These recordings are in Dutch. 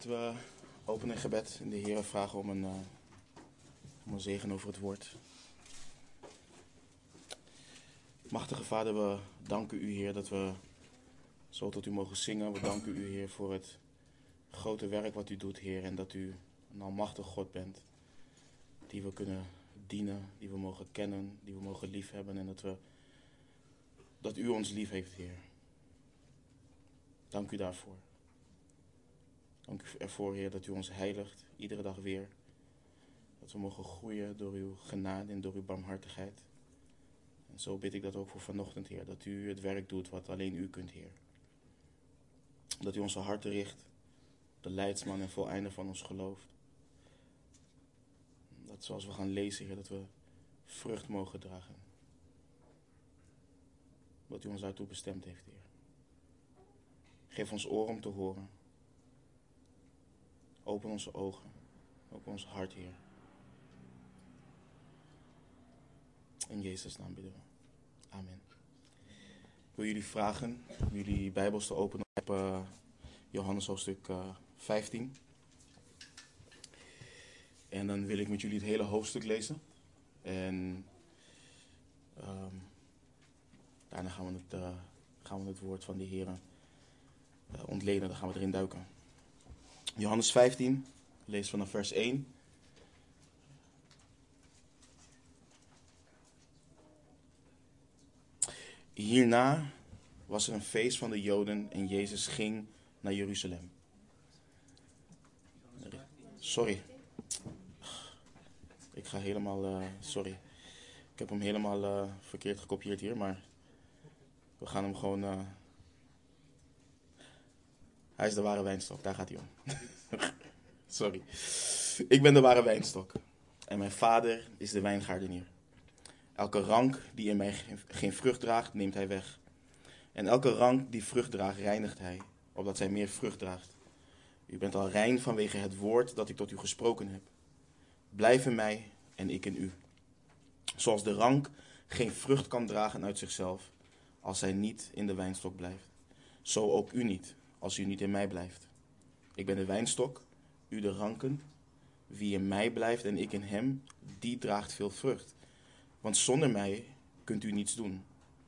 Laten we openen in gebed en de Heer vragen om een zegen over het woord. Machtige Vader, we danken u, Heer, dat we zo tot u mogen zingen. We danken u, Heer, voor het grote werk wat u doet, Heer. En dat u een almachtig God bent, die we kunnen dienen, die we mogen kennen, die we mogen liefhebben. En dat u ons lief heeft, Heer. Dank u daarvoor. Dank u ervoor, Heer, dat u ons heiligt, iedere dag weer. Dat we mogen groeien door uw genade en door uw barmhartigheid. En zo bid ik dat ook voor vanochtend, Heer, dat u het werk doet wat alleen u kunt, Heer. Dat u onze harten richt, de leidsman en voleinder van ons geloof. Dat zoals we gaan lezen, Heer, dat we vrucht mogen dragen. Dat u ons daartoe bestemd heeft, Heer. Geef ons oor om te horen. Open onze ogen, open ons hart, Heer. In Jezus' naam bidden we. Amen. Ik wil jullie vragen om jullie Bijbels te openen op Johannes hoofdstuk 15. En dan wil ik met jullie het hele hoofdstuk lezen. En daarna gaan we het woord van de Heer ontleden. Dan gaan we erin duiken. Johannes 15, lees vanaf vers 1. Hierna was er een feest van de Joden en Jezus ging naar Jeruzalem. Sorry. Ik ga helemaal, sorry. Ik heb hem helemaal verkeerd gekopieerd hier, maar we gaan hem gewoon... Hij is de ware wijnstok, daar gaat hij om. Sorry. Ik ben de ware wijnstok en mijn vader is de wijngaardenier. Elke rank die in mij geen vrucht draagt, neemt hij weg. En elke rank die vrucht draagt, reinigt hij, opdat zij meer vrucht draagt. U bent al rein vanwege het woord dat ik tot u gesproken heb. Blijf in mij en ik in u. Zoals de rank geen vrucht kan dragen uit zichzelf, als zij niet in de wijnstok blijft. Zo ook u niet, als u niet in mij blijft. Ik ben de wijnstok, u de ranken. Wie in mij blijft en ik in hem, die draagt veel vrucht. Want zonder mij kunt u niets doen.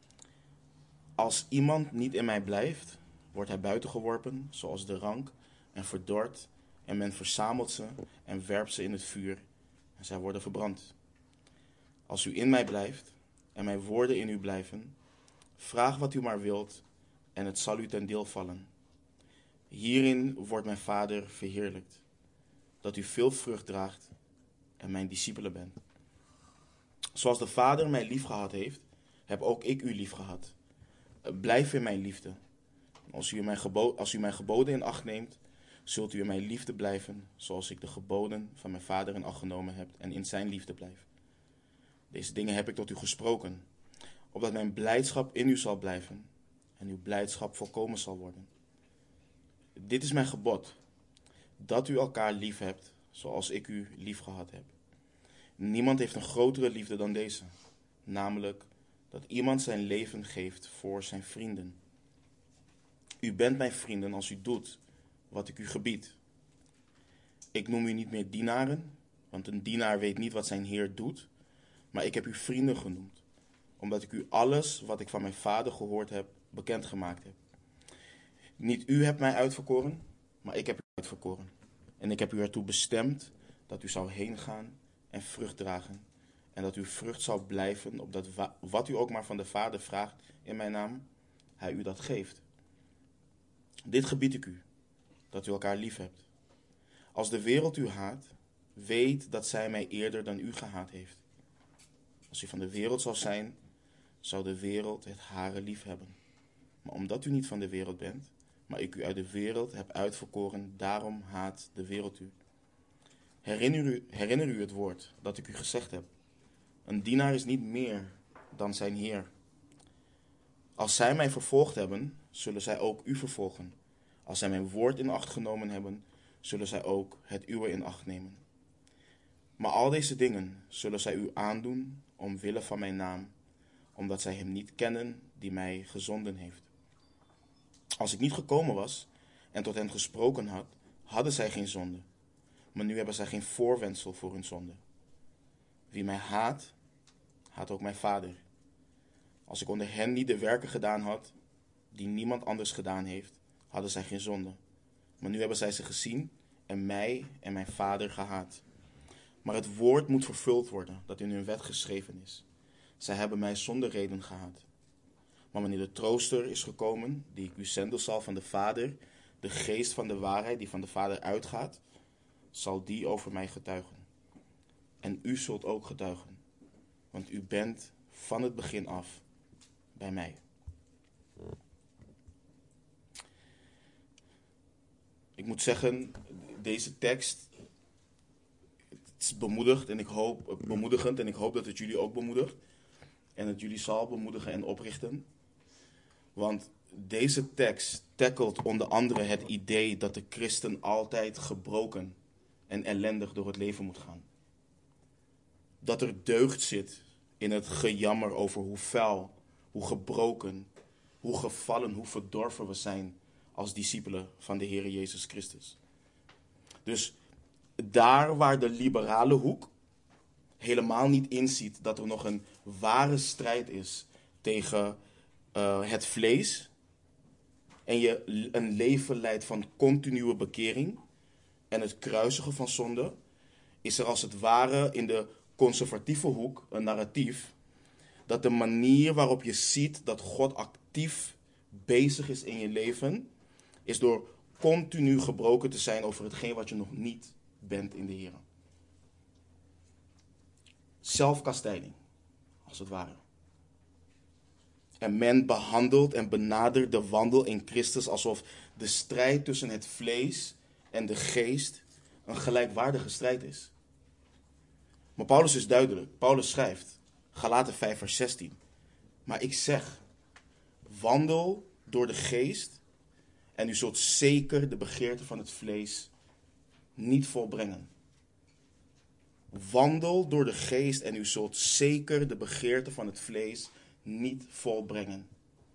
Als iemand niet in mij blijft, wordt hij buiten geworpen, zoals de rank, en verdord, en men verzamelt ze en werpt ze in het vuur, en zij worden verbrand. Als u in mij blijft, en mijn woorden in u blijven, vraag wat u maar wilt, en het zal u ten deel vallen. Hierin wordt mijn Vader verheerlijkt, dat u veel vrucht draagt en mijn discipelen bent. Zoals de Vader mij liefgehad heeft, heb ook ik u liefgehad. Blijf in mijn liefde. Als u mijn geboden in acht neemt, zult u in mijn liefde blijven, zoals ik de geboden van mijn Vader in acht genomen heb en in zijn liefde blijf. Deze dingen heb ik tot u gesproken, opdat mijn blijdschap in u zal blijven en uw blijdschap volkomen zal worden. Dit is mijn gebod, dat u elkaar lief hebt, zoals ik u lief gehad heb. Niemand heeft een grotere liefde dan deze, namelijk dat iemand zijn leven geeft voor zijn vrienden. U bent mijn vrienden als u doet wat ik u gebied. Ik noem u niet meer dienaren, want een dienaar weet niet wat zijn heer doet, maar ik heb u vrienden genoemd, omdat ik u alles wat ik van mijn Vader gehoord heb, bekendgemaakt heb. Niet u hebt mij uitverkoren, maar ik heb u uitverkoren. En ik heb u ertoe bestemd dat u zou heen gaan en vrucht dragen. En dat uw vrucht zal blijven, opdat wat u ook maar van de Vader vraagt in mijn naam, hij u dat geeft. Dit gebied ik u, dat u elkaar lief hebt. Als de wereld u haat, weet dat zij mij eerder dan u gehaat heeft. Als u van de wereld zou zijn, zou de wereld het hare lief hebben. Maar omdat u niet van de wereld bent, maar ik u uit de wereld heb uitverkoren, daarom haat de wereld u. Herinner u het woord dat ik u gezegd heb. Een dienaar is niet meer dan zijn heer. Als zij mij vervolgd hebben, zullen zij ook u vervolgen. Als zij mijn woord in acht genomen hebben, zullen zij ook het uwe in acht nemen. Maar al deze dingen zullen zij u aandoen omwille van mijn naam, omdat zij hem niet kennen die mij gezonden heeft. Als ik niet gekomen was en tot hen gesproken had, hadden zij geen zonde. Maar nu hebben zij geen voorwendsel voor hun zonde. Wie mij haat, haat ook mijn Vader. Als ik onder hen niet de werken gedaan had, die niemand anders gedaan heeft, hadden zij geen zonde. Maar nu hebben zij ze gezien en mij en mijn Vader gehaat. Maar het woord moet vervuld worden dat in hun wet geschreven is. Zij hebben mij zonder reden gehaat. Maar wanneer de trooster is gekomen, die ik u zenden zal van de Vader, de geest van de waarheid die van de Vader uitgaat, zal die over mij getuigen. En u zult ook getuigen, want u bent van het begin af bij mij. Ik moet zeggen, deze tekst is bemoedigend en ik hoop dat het jullie ook bemoedigt. En het jullie zal bemoedigen en oprichten. Want deze tekst tackelt onder andere het idee dat de christen altijd gebroken en ellendig door het leven moet gaan. Dat er deugd zit in het gejammer over hoe vuil, hoe gebroken, hoe gevallen, hoe verdorven we zijn als discipelen van de Heer Jezus Christus. Dus daar waar de liberale hoek helemaal niet inziet dat er nog een ware strijd is tegen het vlees en je een leven leidt van continue bekering en het kruisigen van zonde, is er als het ware in de conservatieve hoek een narratief dat de manier waarop je ziet dat God actief bezig is in je leven, is door continu gebroken te zijn over hetgeen wat je nog niet bent in de Heer. Zelfkastijding, als het ware. En men behandelt en benadert de wandel in Christus alsof de strijd tussen het vlees en de geest een gelijkwaardige strijd is. Maar Paulus is duidelijk. Paulus schrijft, Galaten 5 vers 16. Maar ik zeg, wandel door de geest en u zult zeker de begeerte van het vlees niet volbrengen. Wandel door de geest en u zult zeker de begeerte van het vlees niet volbrengen.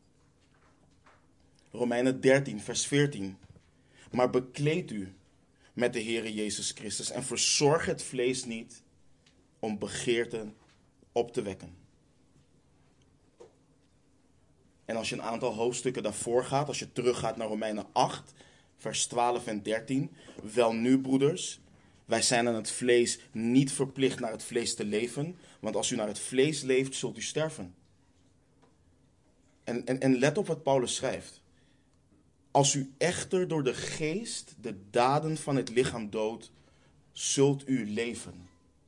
Romeinen 13 vers 14. Maar bekleed u met de Heere Jezus Christus en verzorg het vlees niet om begeerten op te wekken. En als je een aantal hoofdstukken daarvoor gaat, als je teruggaat naar Romeinen 8, vers 12 en 13. Welnu, broeders, wij zijn aan het vlees niet verplicht naar het vlees te leven, want als u naar het vlees leeft, zult u sterven. En let op wat Paulus schrijft. Als u echter door de geest de daden van het lichaam doodt, zult u leven.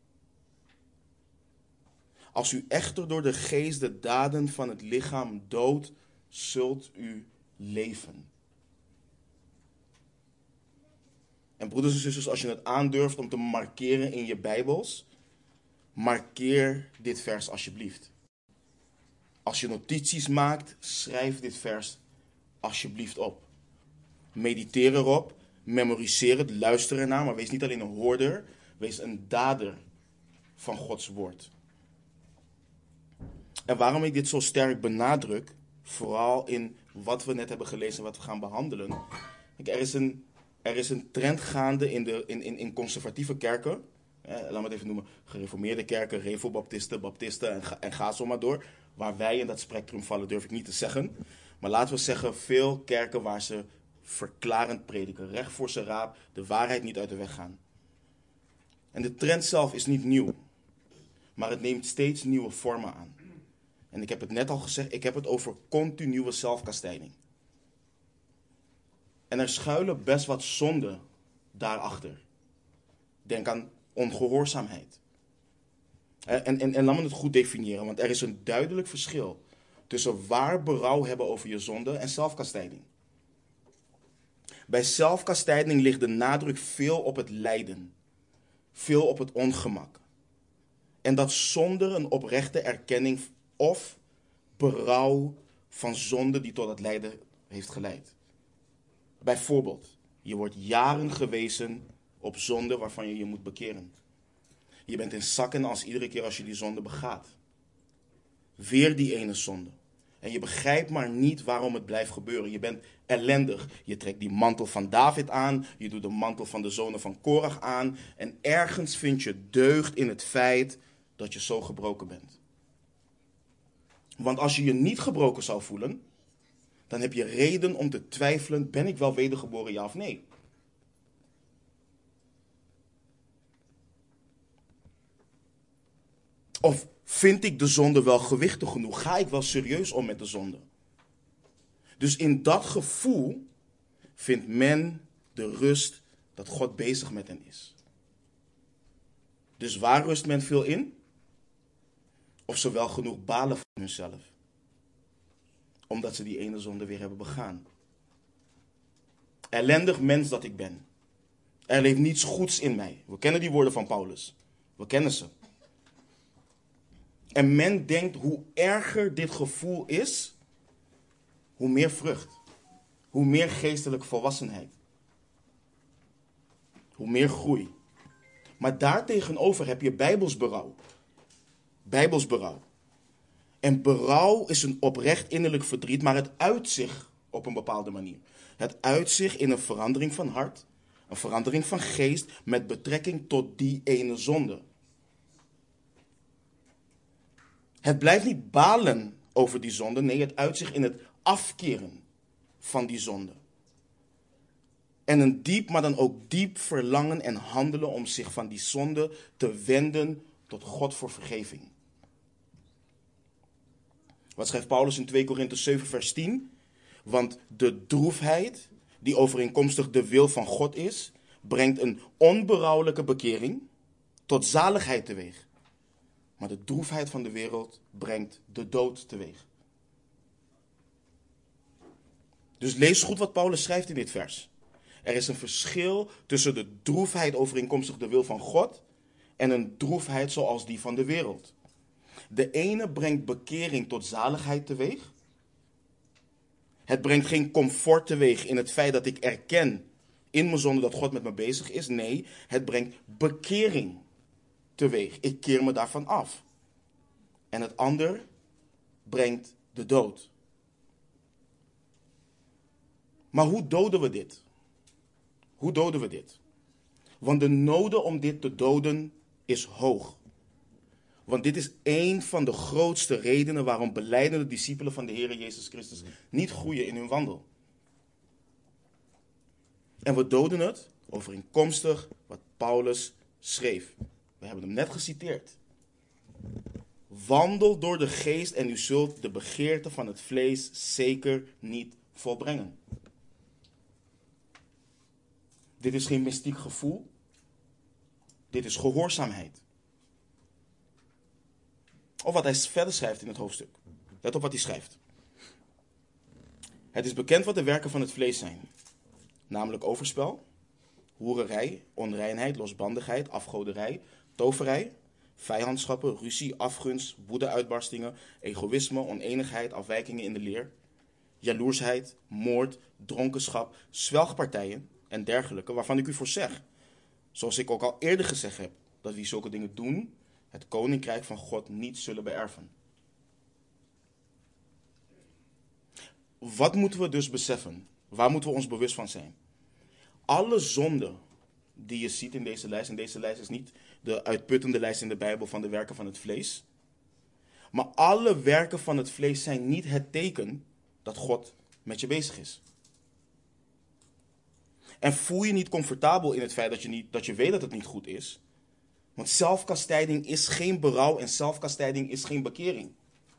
Als u echter door de geest de daden van het lichaam doodt, zult u leven. En broeders en zusters, als je het aandurft om te markeren in je Bijbels, markeer dit vers alsjeblieft. Als je notities maakt, schrijf dit vers alsjeblieft op. Mediteer erop, memoriseer het, luister ernaar, maar wees niet alleen een hoorder, wees een dader van Gods woord. En waarom ik dit zo sterk benadruk, vooral in wat we net hebben gelezen en wat we gaan behandelen. Kijk, er is een trend gaande in conservatieve kerken. Laat me het even noemen. Gereformeerde kerken, Revo-baptisten, baptisten en ga zo maar door. Waar wij in dat spectrum vallen durf ik niet te zeggen. Maar laten we zeggen, veel kerken waar ze verklarend prediken. Recht voor zijn raap, de waarheid niet uit de weg gaan. En de trend zelf is niet nieuw. Maar het neemt steeds nieuwe vormen aan. En ik heb het net al gezegd, ik heb het over continue zelfkastijding. En er schuilen best wat zonden daarachter. Denk aan ongehoorzaamheid. En laat me het goed definiëren, want er is een duidelijk verschil tussen waar berouw hebben over je zonde en zelfkastijding. Bij zelfkastijding ligt de nadruk veel op het lijden, veel op het ongemak. En dat zonder een oprechte erkenning of berouw van zonde die tot het lijden heeft geleid. Bijvoorbeeld, je wordt jaren gewezen op zonde waarvan je je moet bekeren. Je bent in zak en as iedere keer als je die zonde begaat. Weer die ene zonde. En je begrijpt maar niet waarom het blijft gebeuren. Je bent ellendig. Je trekt die mantel van David aan. Je doet de mantel van de zonen van Korach aan. En ergens vind je deugd in het feit dat je zo gebroken bent. Want als je je niet gebroken zou voelen, dan heb je reden om te twijfelen, ben ik wel wedergeboren, ja of nee? Of vind ik de zonde wel gewichtig genoeg? Ga ik wel serieus om met de zonde? Dus in dat gevoel vindt men de rust dat God bezig met hen is. Dus waar rust men veel in? Of ze wel genoeg balen van hunzelf? Omdat ze die ene zonde weer hebben begaan. Ellendig mens dat ik ben. Er leeft niets goeds in mij. We kennen die woorden van Paulus. We kennen ze. En men denkt hoe erger dit gevoel is, hoe meer vrucht. Hoe meer geestelijke volwassenheid. Hoe meer groei. Maar daartegenover heb je bijbels berouw. Bijbels berouw. En berouw is een oprecht innerlijk verdriet, maar het uit zich op een bepaalde manier. Het uit zich in een verandering van hart, een verandering van geest met betrekking tot die ene zonde. Het blijft niet balen over die zonde, nee, het uit zich in het afkeren van die zonde. En een diep, maar dan ook diep verlangen en handelen om zich van die zonde te wenden tot God voor vergeving. Wat schrijft Paulus in 2 Korinthe 7 vers 10? Want de droefheid, die overeenkomstig de wil van God is, brengt een onberouwelijke bekering tot zaligheid teweeg. Maar de droefheid van de wereld brengt de dood teweeg. Dus lees goed wat Paulus schrijft in dit vers. Er is een verschil tussen de droefheid overeenkomstig de wil van God en een droefheid zoals die van de wereld. De ene brengt bekering tot zaligheid teweeg. Het brengt geen comfort teweeg in het feit dat ik erken in mijn zonde dat God met me bezig is. Nee, het brengt bekering teweeg. Ik keer me daarvan af. En het ander brengt de dood. Maar hoe doden we dit? Hoe doden we dit? Want de noden om dit te doden is hoog. Want dit is één van de grootste redenen waarom belijdende discipelen van de Heer Jezus Christus niet groeien in hun wandel. En we doden het overeenkomstig wat Paulus schreef. We hebben hem net geciteerd. Wandel door de geest en u zult de begeerte van het vlees zeker niet volbrengen. Dit is geen mystiek gevoel. Dit is gehoorzaamheid. Of wat hij verder schrijft in het hoofdstuk. Let op wat hij schrijft. Het is bekend wat de werken van het vlees zijn. Namelijk overspel, hoererij, onreinheid, losbandigheid, afgoderij, toverij, vijandschappen, ruzie, afgunst, woedeuitbarstingen, egoïsme, oneenigheid, afwijkingen in de leer, jaloersheid, moord, dronkenschap, zwelgpartijen en dergelijke, waarvan ik u voor zeg, zoals ik ook al eerder gezegd heb, dat wie zulke dingen doen, het koninkrijk van God niet zullen beërven. Wat moeten we dus beseffen? Waar moeten we ons bewust van zijn? Alle zonden die je ziet in deze lijst, en deze lijst is niet de uitputtende lijst in de Bijbel van de werken van het vlees, maar alle werken van het vlees zijn niet het teken dat God met je bezig is. En voel je niet comfortabel in het feit dat je weet dat het niet goed is. Want zelfkastijding is geen berouw en zelfkastijding is geen bekering.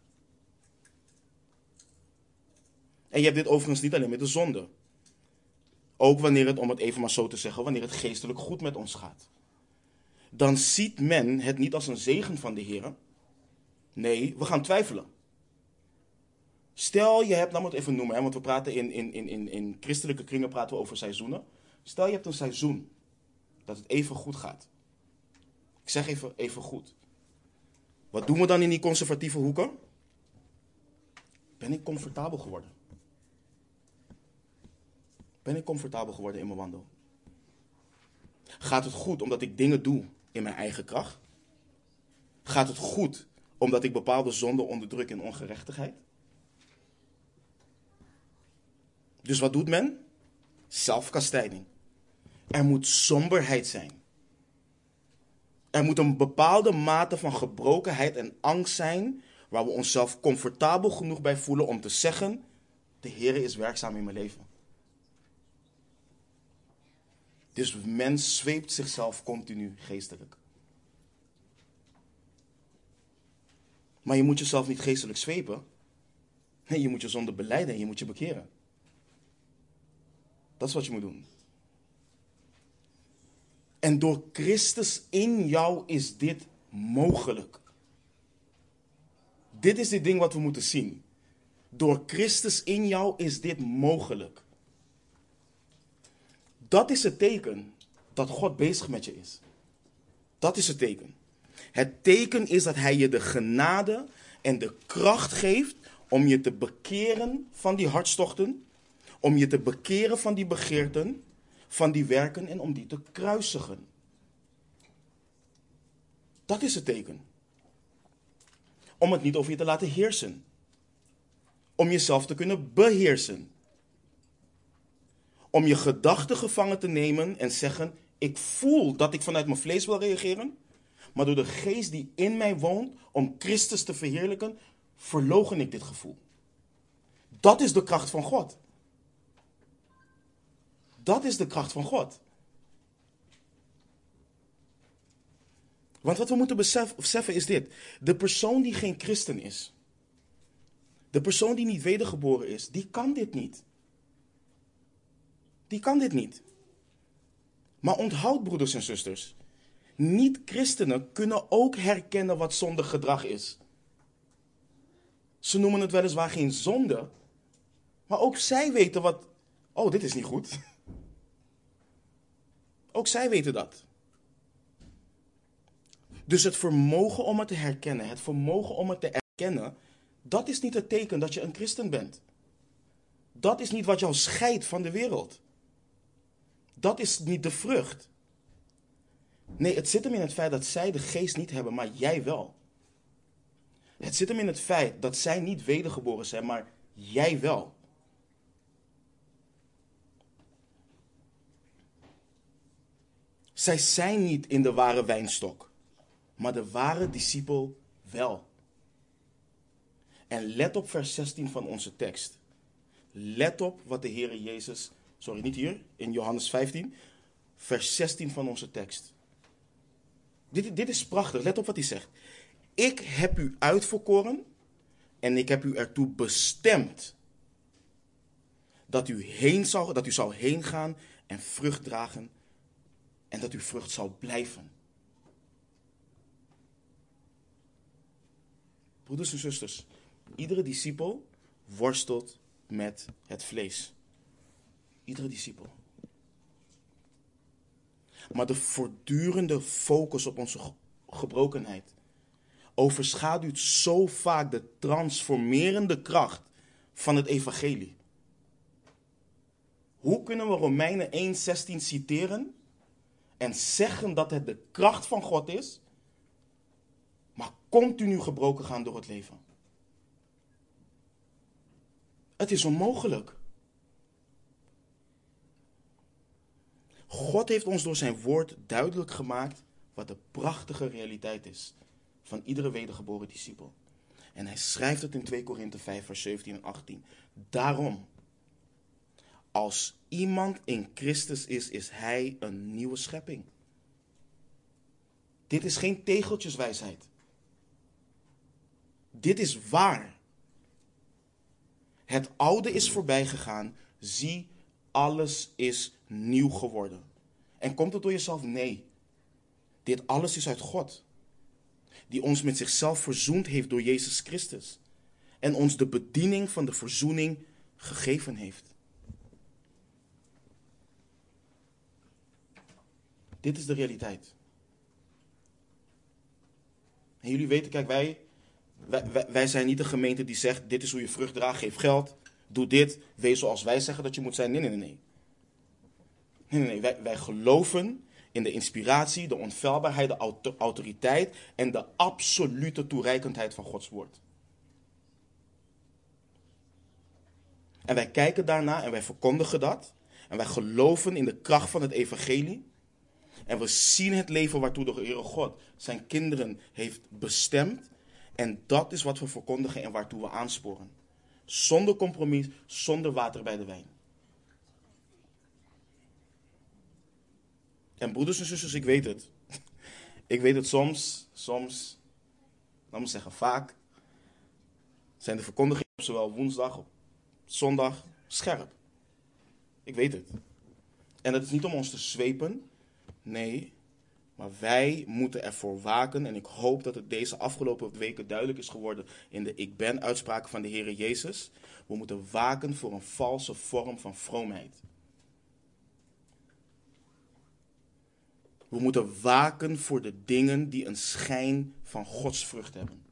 En je hebt dit overigens niet alleen met de zonde. Ook wanneer het, om het even maar zo te zeggen, wanneer het geestelijk goed met ons gaat. Dan ziet men het niet als een zegen van de Heer. Nee, we gaan twijfelen. Stel je hebt, laat me het even noemen, want we praten in christelijke kringen praten we over seizoenen. Stel je hebt een seizoen dat het even goed gaat. Ik zeg even goed. Wat doen we dan in die conservatieve hoeken? Ben ik comfortabel geworden? Ben ik comfortabel geworden in mijn wandel? Gaat het goed omdat ik dingen doe in mijn eigen kracht? Gaat het goed omdat ik bepaalde zonden onderdruk in ongerechtigheid? Dus wat doet men? Zelfkastijding. Er moet somberheid zijn. Er moet een bepaalde mate van gebrokenheid en angst zijn, waar we onszelf comfortabel genoeg bij voelen om te zeggen, de Heer is werkzaam in mijn leven. Dus mens zweept zichzelf continu geestelijk. Maar je moet jezelf niet geestelijk zwepen. Nee, je moet je zonde belijden en je moet je bekeren. Dat is wat je moet doen. En door Christus in jou is dit mogelijk. Dit is het ding wat we moeten zien. Door Christus in jou is dit mogelijk. Dat is het teken dat God bezig met je is. Dat is het teken. Het teken is dat hij je de genade en de kracht geeft om je te bekeren van die hartstochten, om je te bekeren van die begeerten, van die werken en om die te kruisigen. Dat is het teken. Om het niet over je te laten heersen. Om jezelf te kunnen beheersen. Om je gedachten gevangen te nemen en zeggen, ik voel dat ik vanuit mijn vlees wil reageren, maar door de geest die in mij woont, om Christus te verheerlijken, verloochen ik dit gevoel. Dat is de kracht van God. Dat is de kracht van God. Want wat we moeten beseffen is dit. De persoon die geen christen is, de persoon die niet wedergeboren is, die kan dit niet. Die kan dit niet. Maar onthoud, broeders en zusters, niet-christenen kunnen ook herkennen wat zondig gedrag is. Ze noemen het weliswaar geen zonde, maar ook zij weten wat, oh, dit is niet goed. Ook zij weten dat. Dus het vermogen om het te herkennen, het vermogen om het te erkennen, dat is niet het teken dat je een christen bent. Dat is niet wat jou scheidt van de wereld. Dat is niet de vrucht. Nee, het zit hem in het feit dat zij de geest niet hebben, maar jij wel. Het zit hem in het feit dat zij niet wedergeboren zijn, maar jij wel. Zij zijn niet in de ware wijnstok, maar de ware discipel wel. En let op vers 16 van onze tekst. Let op wat de Heere Jezus, niet hier, in Johannes 15, vers 16 van onze tekst. Dit is prachtig, let op wat hij zegt. Ik heb u uitverkoren en ik heb u ertoe bestemd dat u zou heen gaan en vrucht dragen en dat uw vrucht zal blijven. Broeders en zusters, iedere discipel worstelt met het vlees. Iedere discipel. Maar de voortdurende focus op onze gebrokenheid overschaduwt zo vaak de transformerende kracht van het evangelie. Hoe kunnen we Romeinen 1:16 citeren en zeggen dat het de kracht van God is, maar continu gebroken gaan door het leven? Het is onmogelijk. God heeft ons door zijn woord duidelijk gemaakt wat de prachtige realiteit is van iedere wedergeboren discipel. En hij schrijft het in 2 Korinthe 5 vers 17 en 18. Daarom, als iemand in Christus is, is hij een nieuwe schepping. Dit is geen tegeltjeswijsheid. Dit is waar. Het oude is voorbij gegaan. Zie, alles is nieuw geworden. En komt het door jezelf? Nee. Dit alles is uit God. Die ons met zichzelf verzoend heeft door Jezus Christus. En ons de bediening van de verzoening gegeven heeft. Dit is de realiteit. En jullie weten, kijk, wij zijn niet een gemeente die zegt, dit is hoe je vrucht draagt, geef geld, doe dit, wees zoals wij zeggen dat je moet zijn. Nee. Wij geloven in de inspiratie, de onfeilbaarheid, de autoriteit en de absolute toereikendheid van Gods woord. En wij kijken daarna en wij verkondigen dat. En wij geloven in de kracht van het evangelie. En we zien het leven waartoe de Heere God zijn kinderen heeft bestemd. En dat is wat we verkondigen en waartoe we aansporen. Zonder compromis, zonder water bij de wijn. En broeders en zusters, ik weet het. Ik weet het soms, laat me zeggen vaak, zijn de verkondigingen op zowel woensdag, op zondag, scherp. Ik weet het. En dat is niet om ons te zwepen, nee, maar wij moeten ervoor waken. En ik hoop dat het deze afgelopen weken duidelijk is geworden in de ik ben uitspraken van de Heere Jezus. We moeten waken voor een valse vorm van vroomheid. We moeten waken voor de dingen die een schijn van godsvrucht hebben.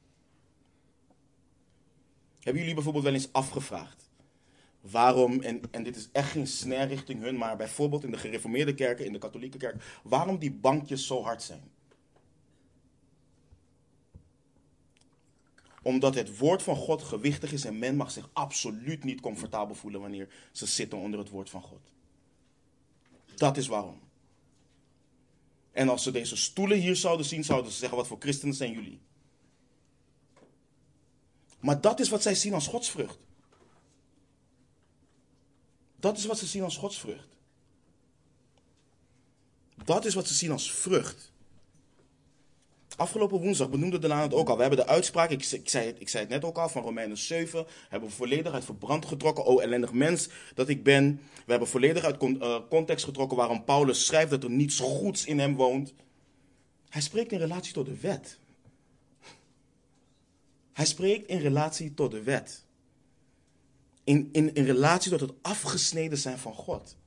Hebben jullie bijvoorbeeld wel eens afgevraagd waarom, en dit is echt geen snare richting hun, maar bijvoorbeeld in de gereformeerde kerken, in de katholieke kerk, waarom die bankjes zo hard zijn? Omdat het woord van God gewichtig is en men mag zich absoluut niet comfortabel voelen wanneer ze zitten onder het woord van God. Dat is waarom. En als ze deze stoelen hier zouden zien, zouden ze zeggen, wat voor christenen zijn jullie? Maar dat is wat zij zien als godsvrucht. Dat is wat ze zien als godsvrucht. Dat is wat ze zien als vrucht. Afgelopen woensdag benoemde de Laan het ook al. We hebben de uitspraak, ik zei het net ook al, van Romeinen 7. Hebben we volledig uit verbrand getrokken. O ellendig mens dat ik ben. We hebben volledig uit context getrokken waarom Paulus schrijft dat er niets goeds in hem woont. Hij spreekt in relatie tot de wet. Hij spreekt in relatie tot de wet. In relatie tot het afgesneden zijn van God.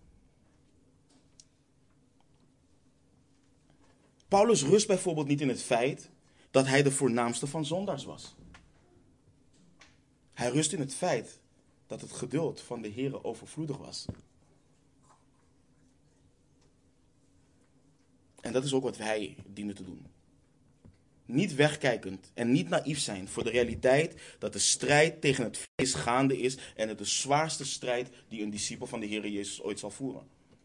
Paulus rust bijvoorbeeld niet in het feit dat hij de voornaamste van zondaars was. Hij rust in het feit dat het geduld van de Heere overvloedig was. En dat is ook wat wij dienen te doen. Niet wegkijkend en niet naïef zijn voor de realiteit dat de strijd tegen het vlees gaande is en het de zwaarste strijd die een discipel van de Heere Jezus ooit zal voeren.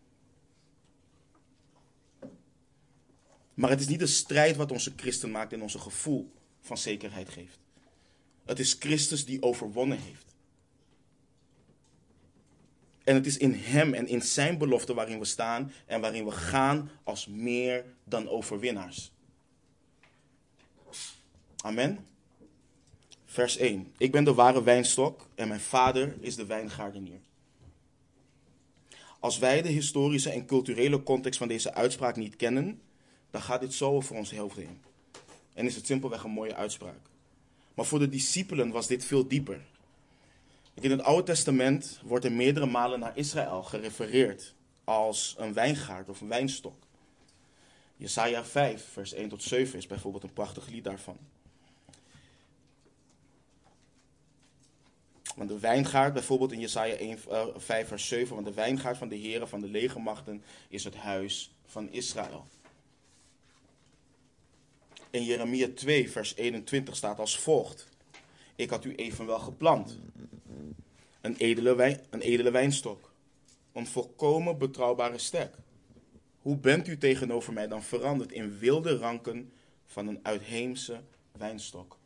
Maar het is niet de strijd wat onze christen maakt en ons een gevoel van zekerheid geeft. Het is Christus die overwonnen heeft. En het is in hem en in zijn belofte waarin we staan en waarin we gaan als meer dan overwinnaars. Amen. Vers 1. Ik ben de ware wijnstok en mijn vader is de wijngaardenier. Als wij de historische en culturele context van deze uitspraak niet kennen, dan gaat dit zo over ons hoofd heen. En is het simpelweg een mooie uitspraak. Maar voor de discipelen was dit veel dieper. In het Oude Testament wordt er meerdere malen naar Israël gerefereerd als een wijngaard of een wijnstok. Jesaja 5, vers 1 tot 7 is bijvoorbeeld een prachtig lied daarvan. Want de wijngaard, bijvoorbeeld in Jesaja 5 vers 7, want de wijngaard van de Heere van de legermachten is het huis van Israël. In Jeremia 2 vers 21 staat als volgt. Ik had u evenwel geplant. Een edele wijnstok. Een volkomen betrouwbare stek. Hoe bent u tegenover mij dan veranderd in wilde ranken van een uitheemse wijnstok?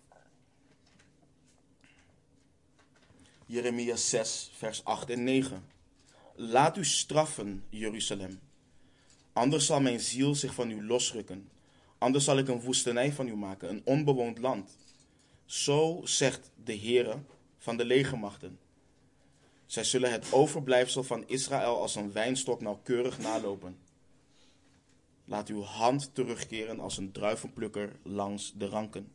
Jeremia 6, vers 8 en 9. Laat u straffen, Jeruzalem. Anders zal mijn ziel zich van u losrukken. Anders zal ik een woestenij van u maken, een onbewoond land. Zo zegt de Heere van de legermachten. Zij zullen het overblijfsel van Israël als een wijnstok nauwkeurig nalopen. Laat uw hand terugkeren als een druivenplukker langs de ranken.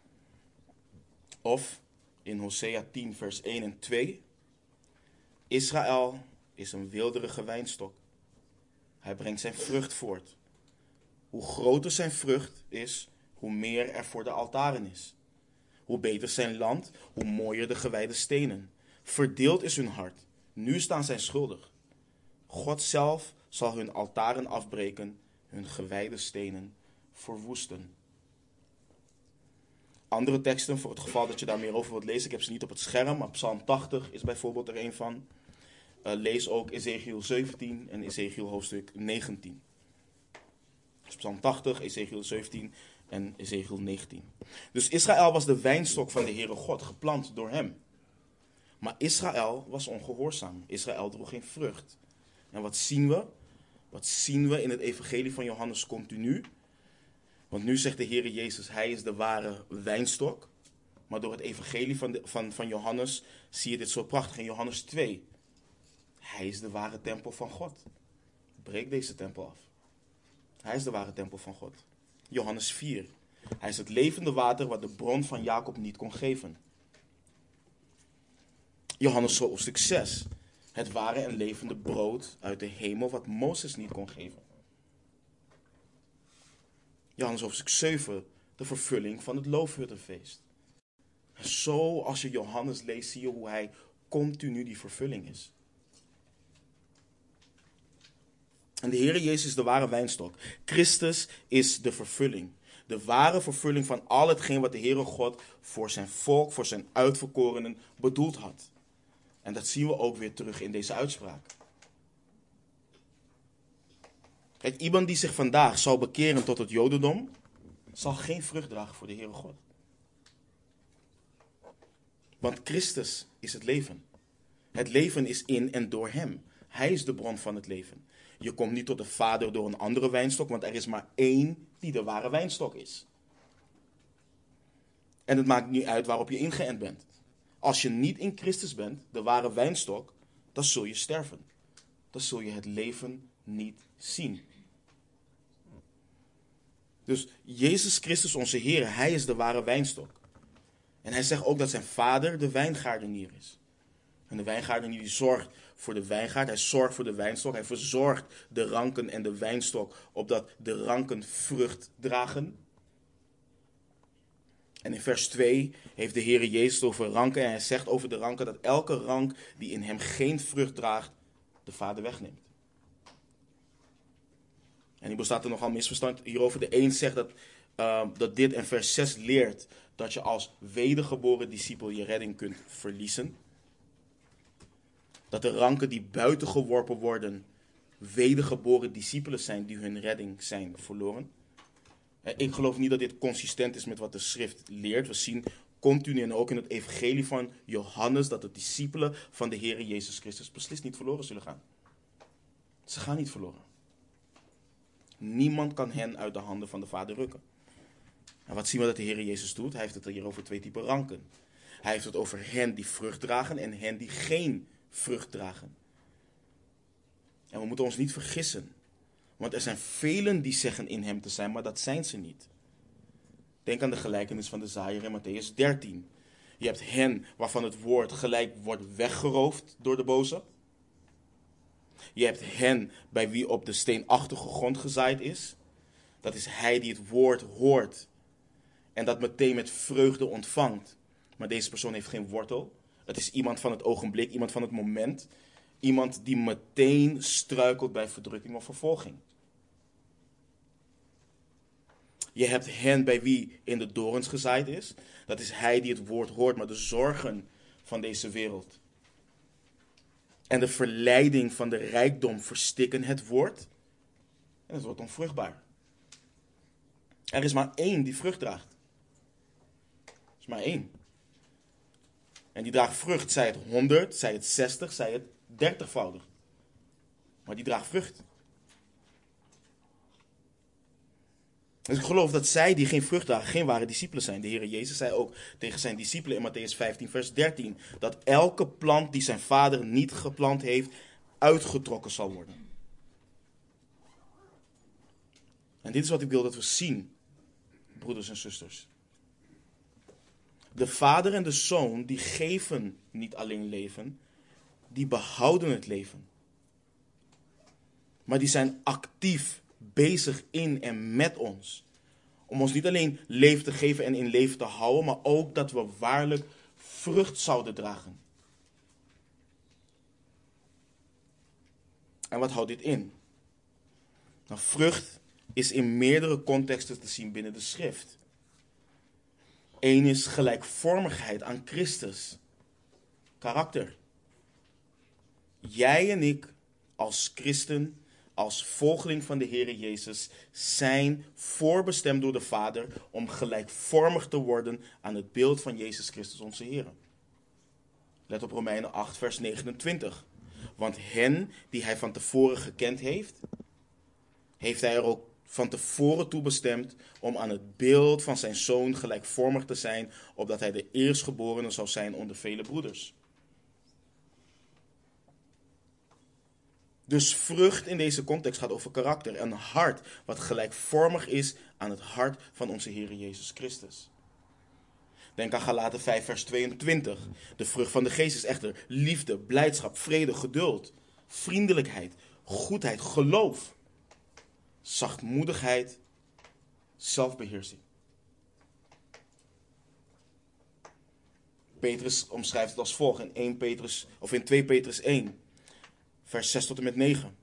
Of in Hosea 10 vers 1 en 2. Israël is een weelderige wijnstok. Hij brengt zijn vrucht voort. Hoe groter zijn vrucht is, hoe meer er voor de altaren is. Hoe beter zijn land, hoe mooier de gewijde stenen. Verdeeld is hun hart. Nu staan zij schuldig. God zelf zal hun altaren afbreken, hun gewijde stenen verwoesten. andere teksten voor het geval dat je daar meer over wilt lezen. Ik heb ze niet op het scherm, maar Psalm 80 is bijvoorbeeld er een van. Lees ook Ezekiel 17 en Ezekiel hoofdstuk 19. Dus Psalm 80, Ezekiel 17 en Ezekiel 19. Dus Israël was de wijnstok van de Heere God, geplant door hem. Maar Israël was ongehoorzaam. Israël droeg geen vrucht. En wat zien we? Wat zien we in het evangelie van Johannes continu? Want nu zegt de Heere Jezus, hij is de ware wijnstok. Maar door het evangelie van Johannes zie je dit zo prachtig in Johannes 2. Hij is de ware tempel van God. Breek deze tempel af. Hij is de ware tempel van God. Johannes 4. Hij is het levende water wat de bron van Jacob niet kon geven. Johannes hoofdstuk 6. Het ware en levende brood uit de hemel wat Mozes niet kon geven. Johannes hoofdstuk 7. De vervulling van het loofhuttenfeest. Zo als je Johannes leest zie je hoe hij continu die vervulling is. En de Heere Jezus is de ware wijnstok. Christus is de vervulling. De ware vervulling van al hetgeen wat de Heere God voor zijn volk, voor zijn uitverkorenen bedoeld had. En dat zien we ook weer terug in deze uitspraak. Kijk, iemand die zich vandaag zal bekeren tot het Jodendom, zal geen vrucht dragen voor de Heere God. Want Christus is het leven. Het leven is in en door hem. Hij is de bron van het leven. Je komt niet tot de Vader door een andere wijnstok, want er is maar één die de ware wijnstok is. En het maakt niet uit waarop je ingeënt bent. Als je niet in Christus bent, de ware wijnstok, dan zul je sterven. Dan zul je het leven niet zien. Dus Jezus Christus, onze Heer, hij is de ware wijnstok. En hij zegt ook dat zijn vader de wijngaardenier is. En de wijngaardenier die zorgt voor de wijngaard, hij zorgt voor de wijnstok, hij verzorgt de ranken en de wijnstok, opdat de ranken vrucht dragen. En in vers 2 heeft de Heere Jezus over ranken en hij zegt over de ranken dat elke rank die in hem geen vrucht draagt, de Vader wegneemt. En hier bestaat er nogal misverstand hierover. De een zegt dat dit in vers 6 leert dat je als wedergeboren discipel je redding kunt verliezen. Dat de ranken die buiten geworpen worden, wedergeboren discipelen zijn die hun redding zijn verloren. Ik geloof niet dat dit consistent is met wat de schrift leert. We zien continu en ook in het evangelie van Johannes dat de discipelen van de Heer Jezus Christus beslist niet verloren zullen gaan. Ze gaan niet verloren. Niemand kan hen uit de handen van de Vader rukken. En wat zien we dat de Heer Jezus doet? Hij heeft het hier over twee typen ranken. Hij heeft het over hen die vrucht dragen en hen die geen vrucht dragen. En we moeten ons niet vergissen. Want er zijn velen die zeggen in hem te zijn, maar dat zijn ze niet. Denk aan de gelijkenis van de zaaier in Mattheüs 13. Je hebt hen waarvan het woord gelijk wordt weggeroofd door de boze. Je hebt hen bij wie op de steenachtige grond gezaaid is. Dat is hij die het woord hoort en dat meteen met vreugde ontvangt. Maar deze persoon heeft geen wortel. Het is iemand van het ogenblik, iemand van het moment. Iemand die meteen struikelt bij verdrukking of vervolging. Je hebt hen bij wie in de dorens gezaaid is. Dat is hij die het woord hoort, maar de zorgen van deze wereld en de verleiding van de rijkdom verstikken het woord. En het wordt onvruchtbaar. Er is maar één die vrucht draagt. Er is maar één. En die draagt vrucht, zij het 100, zij het 60, zij het 30-voudig. Maar die draagt vrucht. Dus ik geloof dat zij die geen vrucht dragen, geen ware discipelen zijn. De Heer Jezus zei ook tegen zijn discipelen in Mattheüs 15 vers 13... dat elke plant die zijn vader niet geplant heeft, uitgetrokken zal worden. En dit is wat ik wil dat we zien, broeders en zusters. De vader en de zoon, die geven niet alleen leven, die behouden het leven. Maar die zijn actief bezig in en met ons. Om ons niet alleen leven te geven en in leven te houden, maar ook dat we waarlijk vrucht zouden dragen. En wat houdt dit in? Nou, vrucht is in meerdere contexten te zien binnen de schrift. Eén is gelijkvormigheid aan Christus. Karakter. Jij en ik als christen, als volgeling van de Heere Jezus, zijn voorbestemd door de Vader om gelijkvormig te worden aan het beeld van Jezus Christus onze Heere. Let op Romeinen 8 vers 29. Want hen die hij van tevoren gekend heeft, heeft hij er ook van tevoren toe bestemd om aan het beeld van zijn zoon gelijkvormig te zijn, opdat hij de eerstgeborene zou zijn onder vele broeders. Dus vrucht in deze context gaat over karakter. Een hart wat gelijkvormig is aan het hart van onze Heer Jezus Christus. Denk aan Galaten 5 vers 22. De vrucht van de geest is echter liefde, blijdschap, vrede, geduld, vriendelijkheid, goedheid, geloof, zachtmoedigheid, zelfbeheersing. Petrus omschrijft het als volgt in 2 Petrus 1, vers 6 tot en met 9.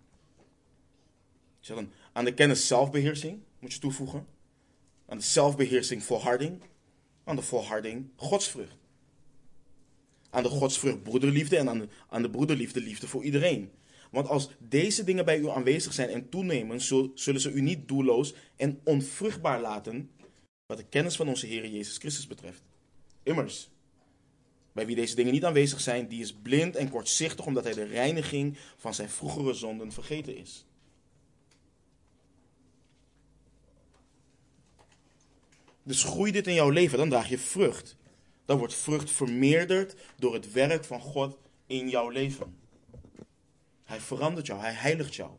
Dan, aan de kennis zelfbeheersing moet je toevoegen. Aan de zelfbeheersing volharding. Aan de volharding godsvrucht. Aan de godsvrucht broederliefde en aan de broederliefde liefde voor iedereen. Want als deze dingen bij u aanwezig zijn en toenemen, zullen ze u niet doelloos en onvruchtbaar laten wat de kennis van onze Heer Jezus Christus betreft. Immers, bij wie deze dingen niet aanwezig zijn, die is blind en kortzichtig omdat hij de reiniging van zijn vroegere zonden vergeten is. Dus groei dit in jouw leven, dan draag je vrucht. Dan wordt vrucht vermeerderd door het werk van God in jouw leven. Hij verandert jou, hij heiligt jou.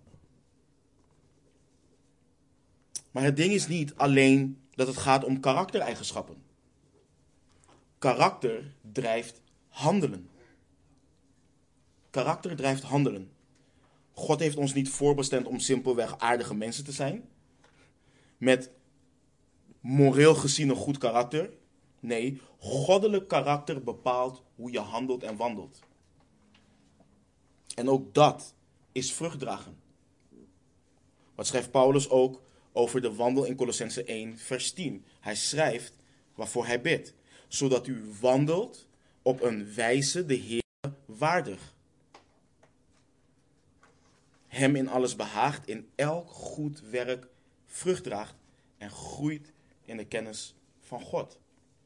Maar het ding is niet alleen dat het gaat om karaktereigenschappen. Karakter drijft handelen. Karakter drijft handelen. God heeft ons niet voorbestemd om simpelweg aardige mensen te zijn. Met moreel gezien een goed karakter. Nee, goddelijk karakter bepaalt hoe je handelt en wandelt. En ook dat is vrucht dragen. Wat schrijft Paulus ook over de wandel in Kolossenzen 1 vers 10. Hij schrijft waarvoor hij bidt. Zodat u wandelt op een wijze de Heer waardig. Hem in alles behaagt, in elk goed werk vrucht draagt en groeit in de kennis van God.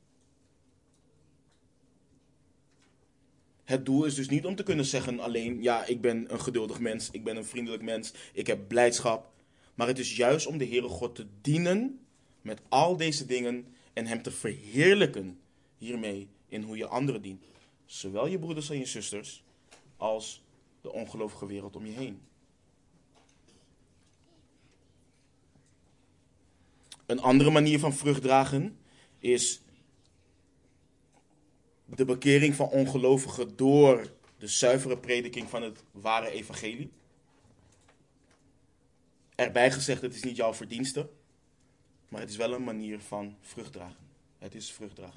Het doel is dus niet om te kunnen zeggen alleen, ja, ik ben een geduldig mens, ik ben een vriendelijk mens, ik heb blijdschap. Maar het is juist om de Heere God te dienen met al deze dingen en hem te verheerlijken hiermee in hoe je anderen dient. Zowel je broeders en je zusters als de ongelovige wereld om je heen. Een andere manier van vrucht dragen is de bekering van ongelovigen door de zuivere prediking van het ware evangelie. Erbij gezegd, het is niet jouw verdienste, maar het is wel een manier van vrucht dragen. Het is vrucht dragen.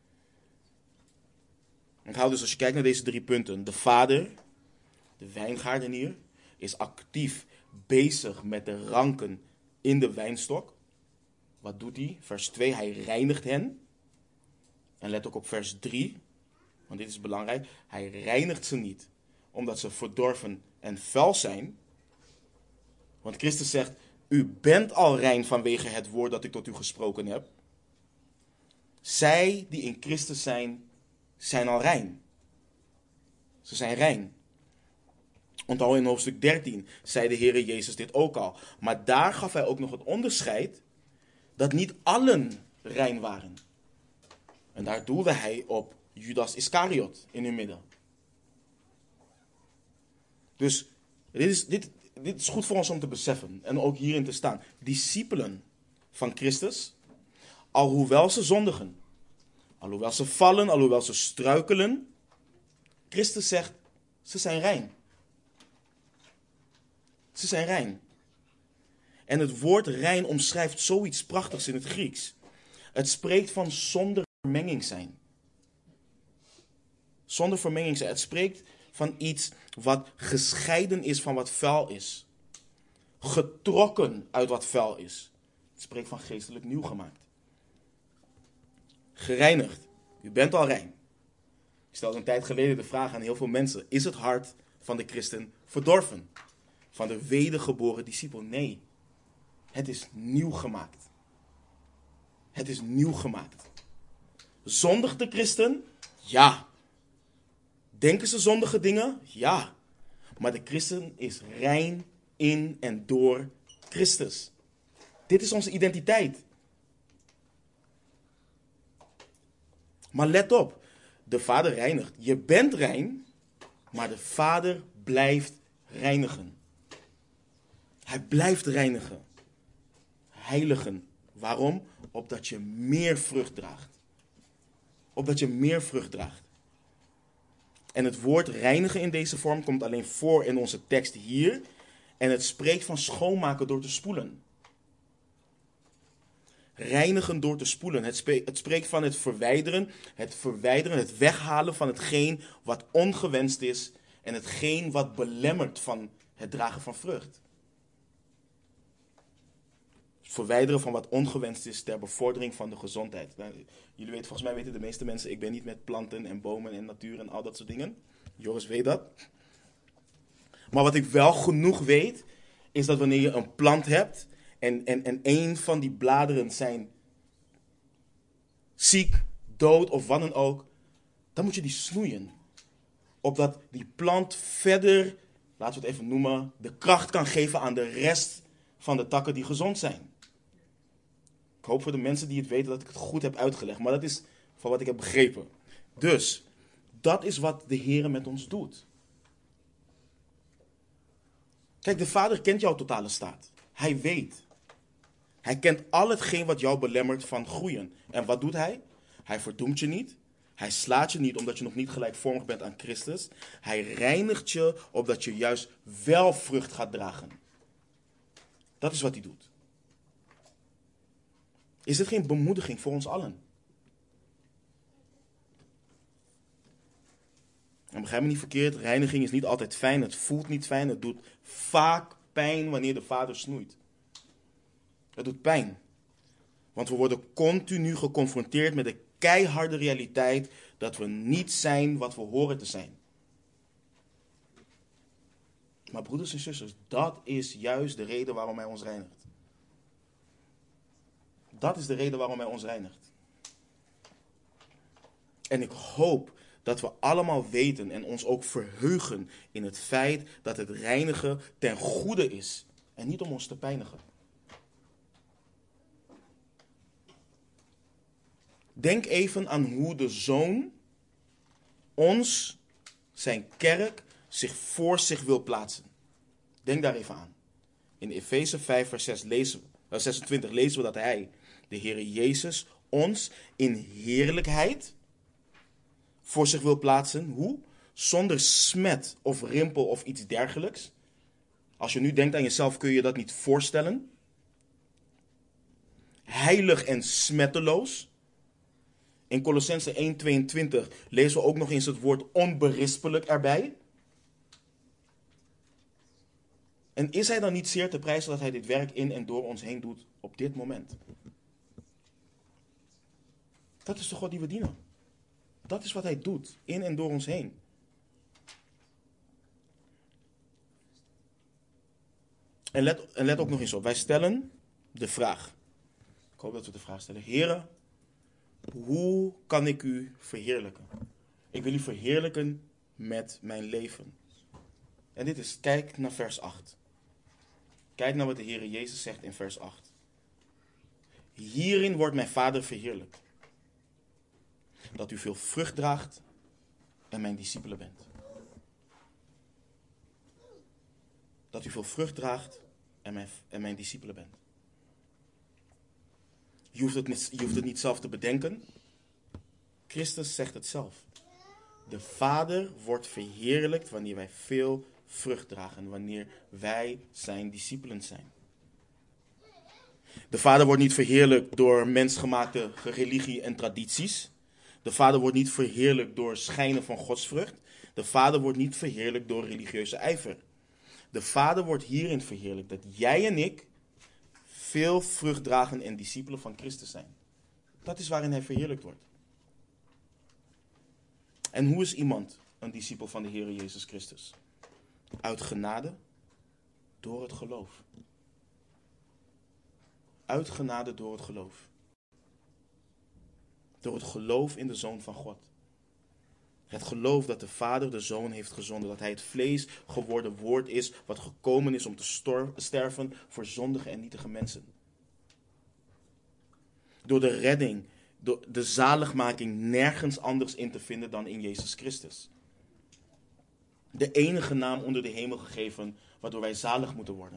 Ik hou dus als je kijkt naar deze 3 punten. De vader, de wijngaardenier, is actief bezig met de ranken in de wijnstok. Wat doet hij? Vers 2, hij reinigt hen. En let ook op vers 3, want dit is belangrijk. Hij reinigt ze niet, omdat ze verdorven en vuil zijn. Want Christus zegt, u bent al rein vanwege het woord dat ik tot u gesproken heb. Zij die in Christus zijn, zijn al rein. Ze zijn rein. Onthoud in hoofdstuk 13 zei de Heere Jezus dit ook al. Maar daar gaf hij ook nog het onderscheid dat niet allen rein waren. En daar doelde hij op Judas Iscariot in hun midden. Dus dit is goed voor ons om te beseffen en ook hierin te staan. Discipelen van Christus, alhoewel ze zondigen, alhoewel ze vallen, alhoewel ze struikelen, Christus zegt, ze zijn rein. Ze zijn rein. En het woord rein omschrijft zoiets prachtigs in het Grieks. Het spreekt van zonder vermenging zijn. Zonder vermenging zijn. Het spreekt van iets wat gescheiden is van wat vuil is. Getrokken uit wat vuil is. Het spreekt van geestelijk nieuw gemaakt. gereinigd. U bent al rein. Ik stelde een tijd geleden de vraag aan heel veel mensen. Is het hart van de christen verdorven? Van de wedergeboren discipel? Nee. Het is nieuw gemaakt. Het is nieuw gemaakt. Zondigt de christen? Ja. Denken ze zondige dingen? Ja. Maar de christen is rein in en door Christus. Dit is onze identiteit. Maar let op. De Vader reinigt. Je bent rein, maar de Vader blijft reinigen. Hij blijft reinigen. Heiligen. Waarom? Opdat je meer vrucht draagt. Opdat je meer vrucht draagt. En het woord reinigen in deze vorm komt alleen voor in onze tekst hier. En het spreekt van schoonmaken door te spoelen. Reinigen door te spoelen. Het spreekt van het verwijderen, het weghalen van hetgeen wat ongewenst is en hetgeen wat belemmert van het dragen van vrucht. Verwijderen van wat ongewenst is ter bevordering van de gezondheid. Nou, jullie weten, volgens mij weten de meeste mensen, ik ben niet met planten en bomen en natuur en al dat soort dingen. Joris weet dat. Maar wat ik wel genoeg weet, is dat wanneer je een plant hebt en een van die bladeren zijn ziek, dood of wat dan ook, dan moet je die snoeien. Opdat die plant verder, laten we het even noemen, de kracht kan geven aan de rest van de takken die gezond zijn. Ik hoop voor de mensen die het weten dat ik het goed heb uitgelegd, maar dat is van wat ik heb begrepen. Dus, dat is wat de Heer met ons doet. Kijk, de Vader kent jouw totale staat. Hij weet. Hij kent al hetgeen wat jou belemmert van groeien. En wat doet hij? Hij verdoemt je niet. Hij slaat je niet omdat je nog niet gelijkvormig bent aan Christus. Hij reinigt je opdat je juist wel vrucht gaat dragen. Dat is wat hij doet. Is dit geen bemoediging voor ons allen? En begrijp me niet verkeerd, reiniging is niet altijd fijn, het voelt niet fijn, het doet vaak pijn wanneer de Vader snoeit. Het doet pijn. Want we worden continu geconfronteerd met de keiharde realiteit dat we niet zijn wat we horen te zijn. Maar broeders en zusters, dat is juist de reden waarom hij ons reinigt. Dat is de reden waarom hij ons reinigt. En ik hoop dat we allemaal weten en ons ook verheugen in het feit dat het reinigen ten goede is. En niet om ons te pijnigen. Denk even aan hoe de Zoon ons, zijn kerk, zich voor zich wil plaatsen. Denk daar even aan. In Efeze 5 vers 26 lezen we dat hij, de Heer Jezus, ons in heerlijkheid voor zich wil plaatsen. Hoe? Zonder smet of rimpel of iets dergelijks. Als je nu denkt aan jezelf kun je dat niet voorstellen. Heilig en smetteloos. In Kolossenzen 1:22 lezen we ook nog eens het woord onberispelijk erbij. En is hij dan niet zeer te prijzen dat hij dit werk in en door ons heen doet op dit moment? Dat is de God die we dienen. Dat is wat hij doet, in en door ons heen. En let ook nog eens op, wij stellen de vraag. Ik hoop dat we de vraag stellen. Heren, hoe kan ik u verheerlijken? Ik wil u verheerlijken met mijn leven. En dit is, kijk naar vers 8. Kijk naar wat de Heer Jezus zegt in vers 8. Hierin wordt mijn Vader verheerlijkt. Dat u veel vrucht draagt en mijn discipelen bent. Dat u veel vrucht draagt en mijn discipelen bent. Je hoeft het niet zelf te bedenken. Christus zegt het zelf. De Vader wordt verheerlijkt wanneer wij veel vrucht dragen. Wanneer wij zijn discipelen zijn. De Vader wordt niet verheerlijkt door mensgemaakte religie en tradities. De Vader wordt niet verheerlijkt door schijnen van godsvrucht. De Vader wordt niet verheerlijkt door religieuze ijver. De Vader wordt hierin verheerlijkt dat jij en ik veel vrucht dragen en discipelen van Christus zijn. Dat is waarin hij verheerlijkt wordt. En hoe is iemand een discipel van de Heer Jezus Christus? Uit genade door het geloof. Uit genade door het geloof. Door het geloof in de Zoon van God. Het geloof dat de Vader de Zoon heeft gezonden. Dat hij het vlees geworden woord is wat gekomen is om te sterven voor zondige en nietige mensen. Door de redding, door de zaligmaking nergens anders in te vinden dan in Jezus Christus. De enige naam onder de hemel gegeven waardoor wij zalig moeten worden.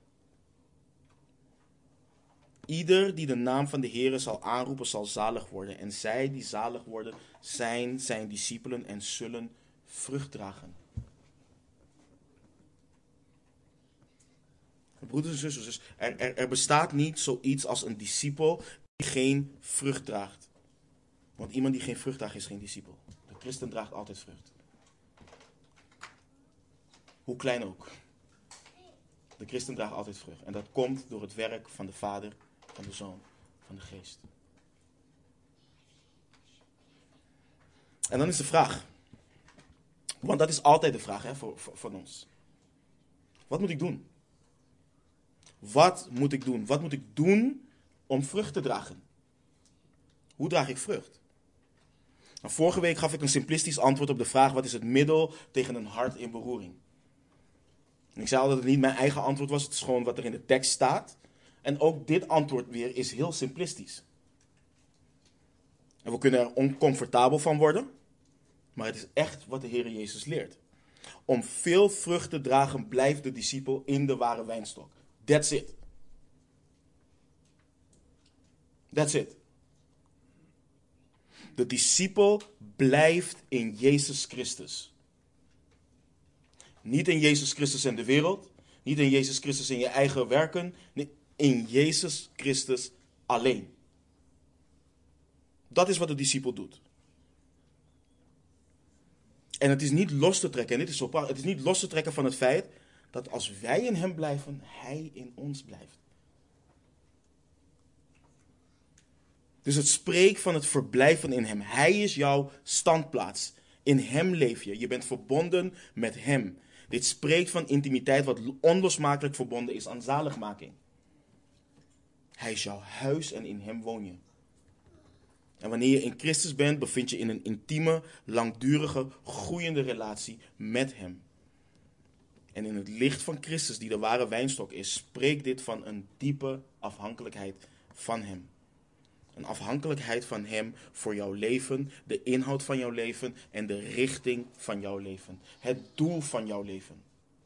Ieder die de naam van de Heere zal aanroepen zal zalig worden. En zij die zalig worden zijn zijn discipelen en zullen vrucht dragen. Broeders en zusters, er bestaat niet zoiets als een discipel die geen vrucht draagt. Want iemand die geen vrucht draagt is geen discipel. De christen draagt altijd vrucht. Hoe klein ook. De christen draagt altijd vrucht. En dat komt door het werk van de Vader, van de Zoon, van de Geest. En dan is de vraag. Want dat is altijd de vraag voor ons. Wat moet ik doen? Wat moet ik doen? Wat moet ik doen om vrucht te dragen? Hoe draag ik vrucht? Nou, vorige week gaf ik een simplistisch antwoord op de vraag: wat is het middel tegen een hart in beroering? En ik zei al dat het niet mijn eigen antwoord was, het is gewoon wat er in de tekst staat. En ook dit antwoord weer is heel simplistisch. En we kunnen er oncomfortabel van worden, maar het is echt wat de Heer Jezus leert. Om veel vrucht te dragen blijft de discipel in de ware wijnstok. That's it. That's it. De discipel blijft in Jezus Christus. Niet in Jezus Christus en de wereld. Niet in Jezus Christus en je eigen werken. Nee, in Jezus Christus alleen. Dat is wat de discipel doet. En het is niet los te trekken. En dit is zo prachtig. Het is niet los te trekken van het feit dat als wij in hem blijven, hij in ons blijft. Dus het spreekt van het verblijven in hem. Hij is jouw standplaats. In hem leef je. Je bent verbonden met hem. Dit spreekt van intimiteit wat onlosmakelijk verbonden is aan zaligmaking. Hij is jouw huis en in hem woon je. En wanneer je in Christus bent, bevind je in een intieme, langdurige, groeiende relatie met hem. En in het licht van Christus, die de ware wijnstok is, spreekt dit van een diepe afhankelijkheid van hem. Een afhankelijkheid van hem voor jouw leven, de inhoud van jouw leven en de richting van jouw leven. Het doel van jouw leven.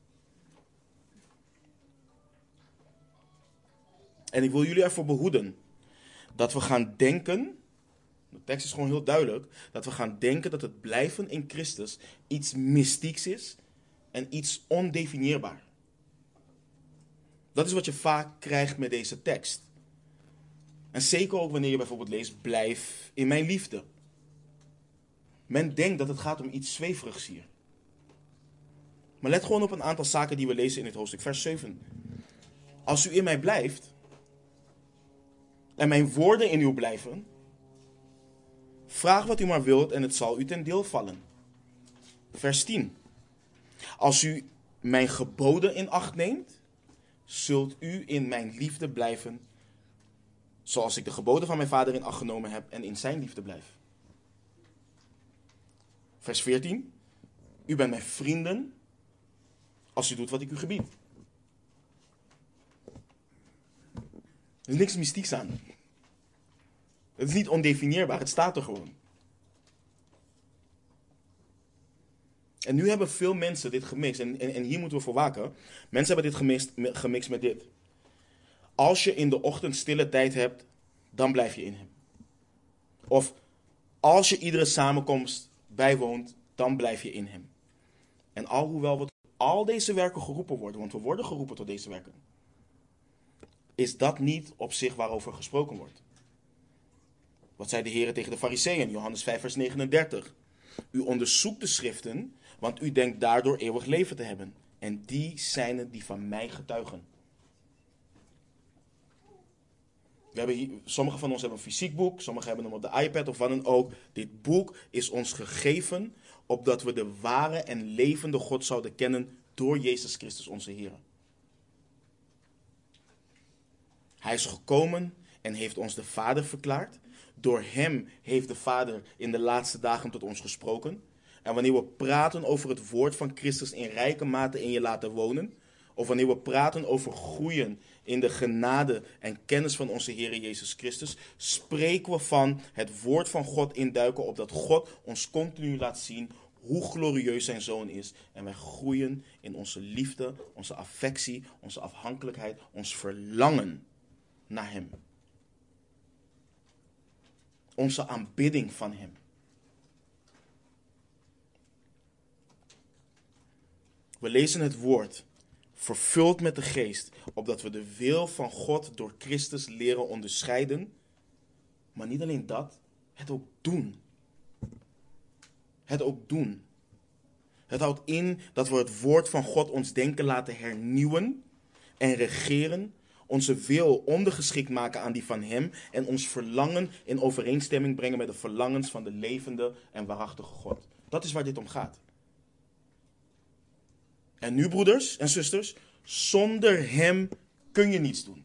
En ik wil jullie ervoor behoeden dat we gaan denken, de tekst is gewoon heel duidelijk, dat we gaan denken dat het blijven in Christus iets mystieks is en iets ondefinieerbaar. Dat is wat je vaak krijgt met deze tekst. En zeker ook wanneer je bijvoorbeeld leest, blijf in mijn liefde. Men denkt dat het gaat om iets zweverigs hier. Maar let gewoon op een aantal zaken die we lezen in dit hoofdstuk. Vers 7. Als u in mij blijft en mijn woorden in u blijven, vraag wat u maar wilt en het zal u ten deel vallen. Vers 10. Als u mijn geboden in acht neemt, zult u in mijn liefde blijven, zoals ik de geboden van mijn Vader in acht genomen heb en in zijn liefde blijf. Vers 14. U bent mijn vrienden als u doet wat ik u gebied. Er is niks mystieks aan. Het is niet ondefinieerbaar, het staat er gewoon. En nu hebben veel mensen dit gemixt. En hier moeten we voor waken. Mensen hebben dit gemixt met dit. Als je in de ochtend stille tijd hebt, dan blijf je in hem. Of als je iedere samenkomst bijwoont, dan blijf je in hem. En alhoewel we al deze werken geroepen worden, want we worden geroepen tot deze werken, is dat niet op zich waarover gesproken wordt. Wat zei de Heer tegen de Farizeeën? Johannes 5 vers 39. U onderzoekt de schriften, want u denkt daardoor eeuwig leven te hebben. En die zijn het die van mij getuigen. Sommigen van ons hebben een fysiek boek, sommigen hebben hem op de iPad of wat dan ook. Dit boek is ons gegeven opdat we de ware en levende God zouden kennen door Jezus Christus onze Heer. Hij is gekomen en heeft ons de Vader verklaard. Door hem heeft de Vader in de laatste dagen tot ons gesproken. En wanneer we praten over het woord van Christus in rijke mate in je laten wonen, of wanneer we praten over groeien in de genade en kennis van onze Heer Jezus Christus, spreken we van het woord van God induiken, opdat God ons continu laat zien hoe glorieus zijn Zoon is. En wij groeien in onze liefde, onze affectie, onze afhankelijkheid, ons verlangen naar hem. Onze aanbidding van hem. We lezen het woord, vervuld met de geest, opdat we de wil van God door Christus leren onderscheiden. Maar niet alleen dat, het ook doen. Het ook doen. Het houdt in dat we het woord van God ons denken laten hernieuwen en regeren, onze wil ondergeschikt maken aan die van hem en ons verlangen in overeenstemming brengen met de verlangens van de levende en waarachtige God. Dat is waar dit om gaat. En nu, broeders en zusters, zonder hem kun je niets doen.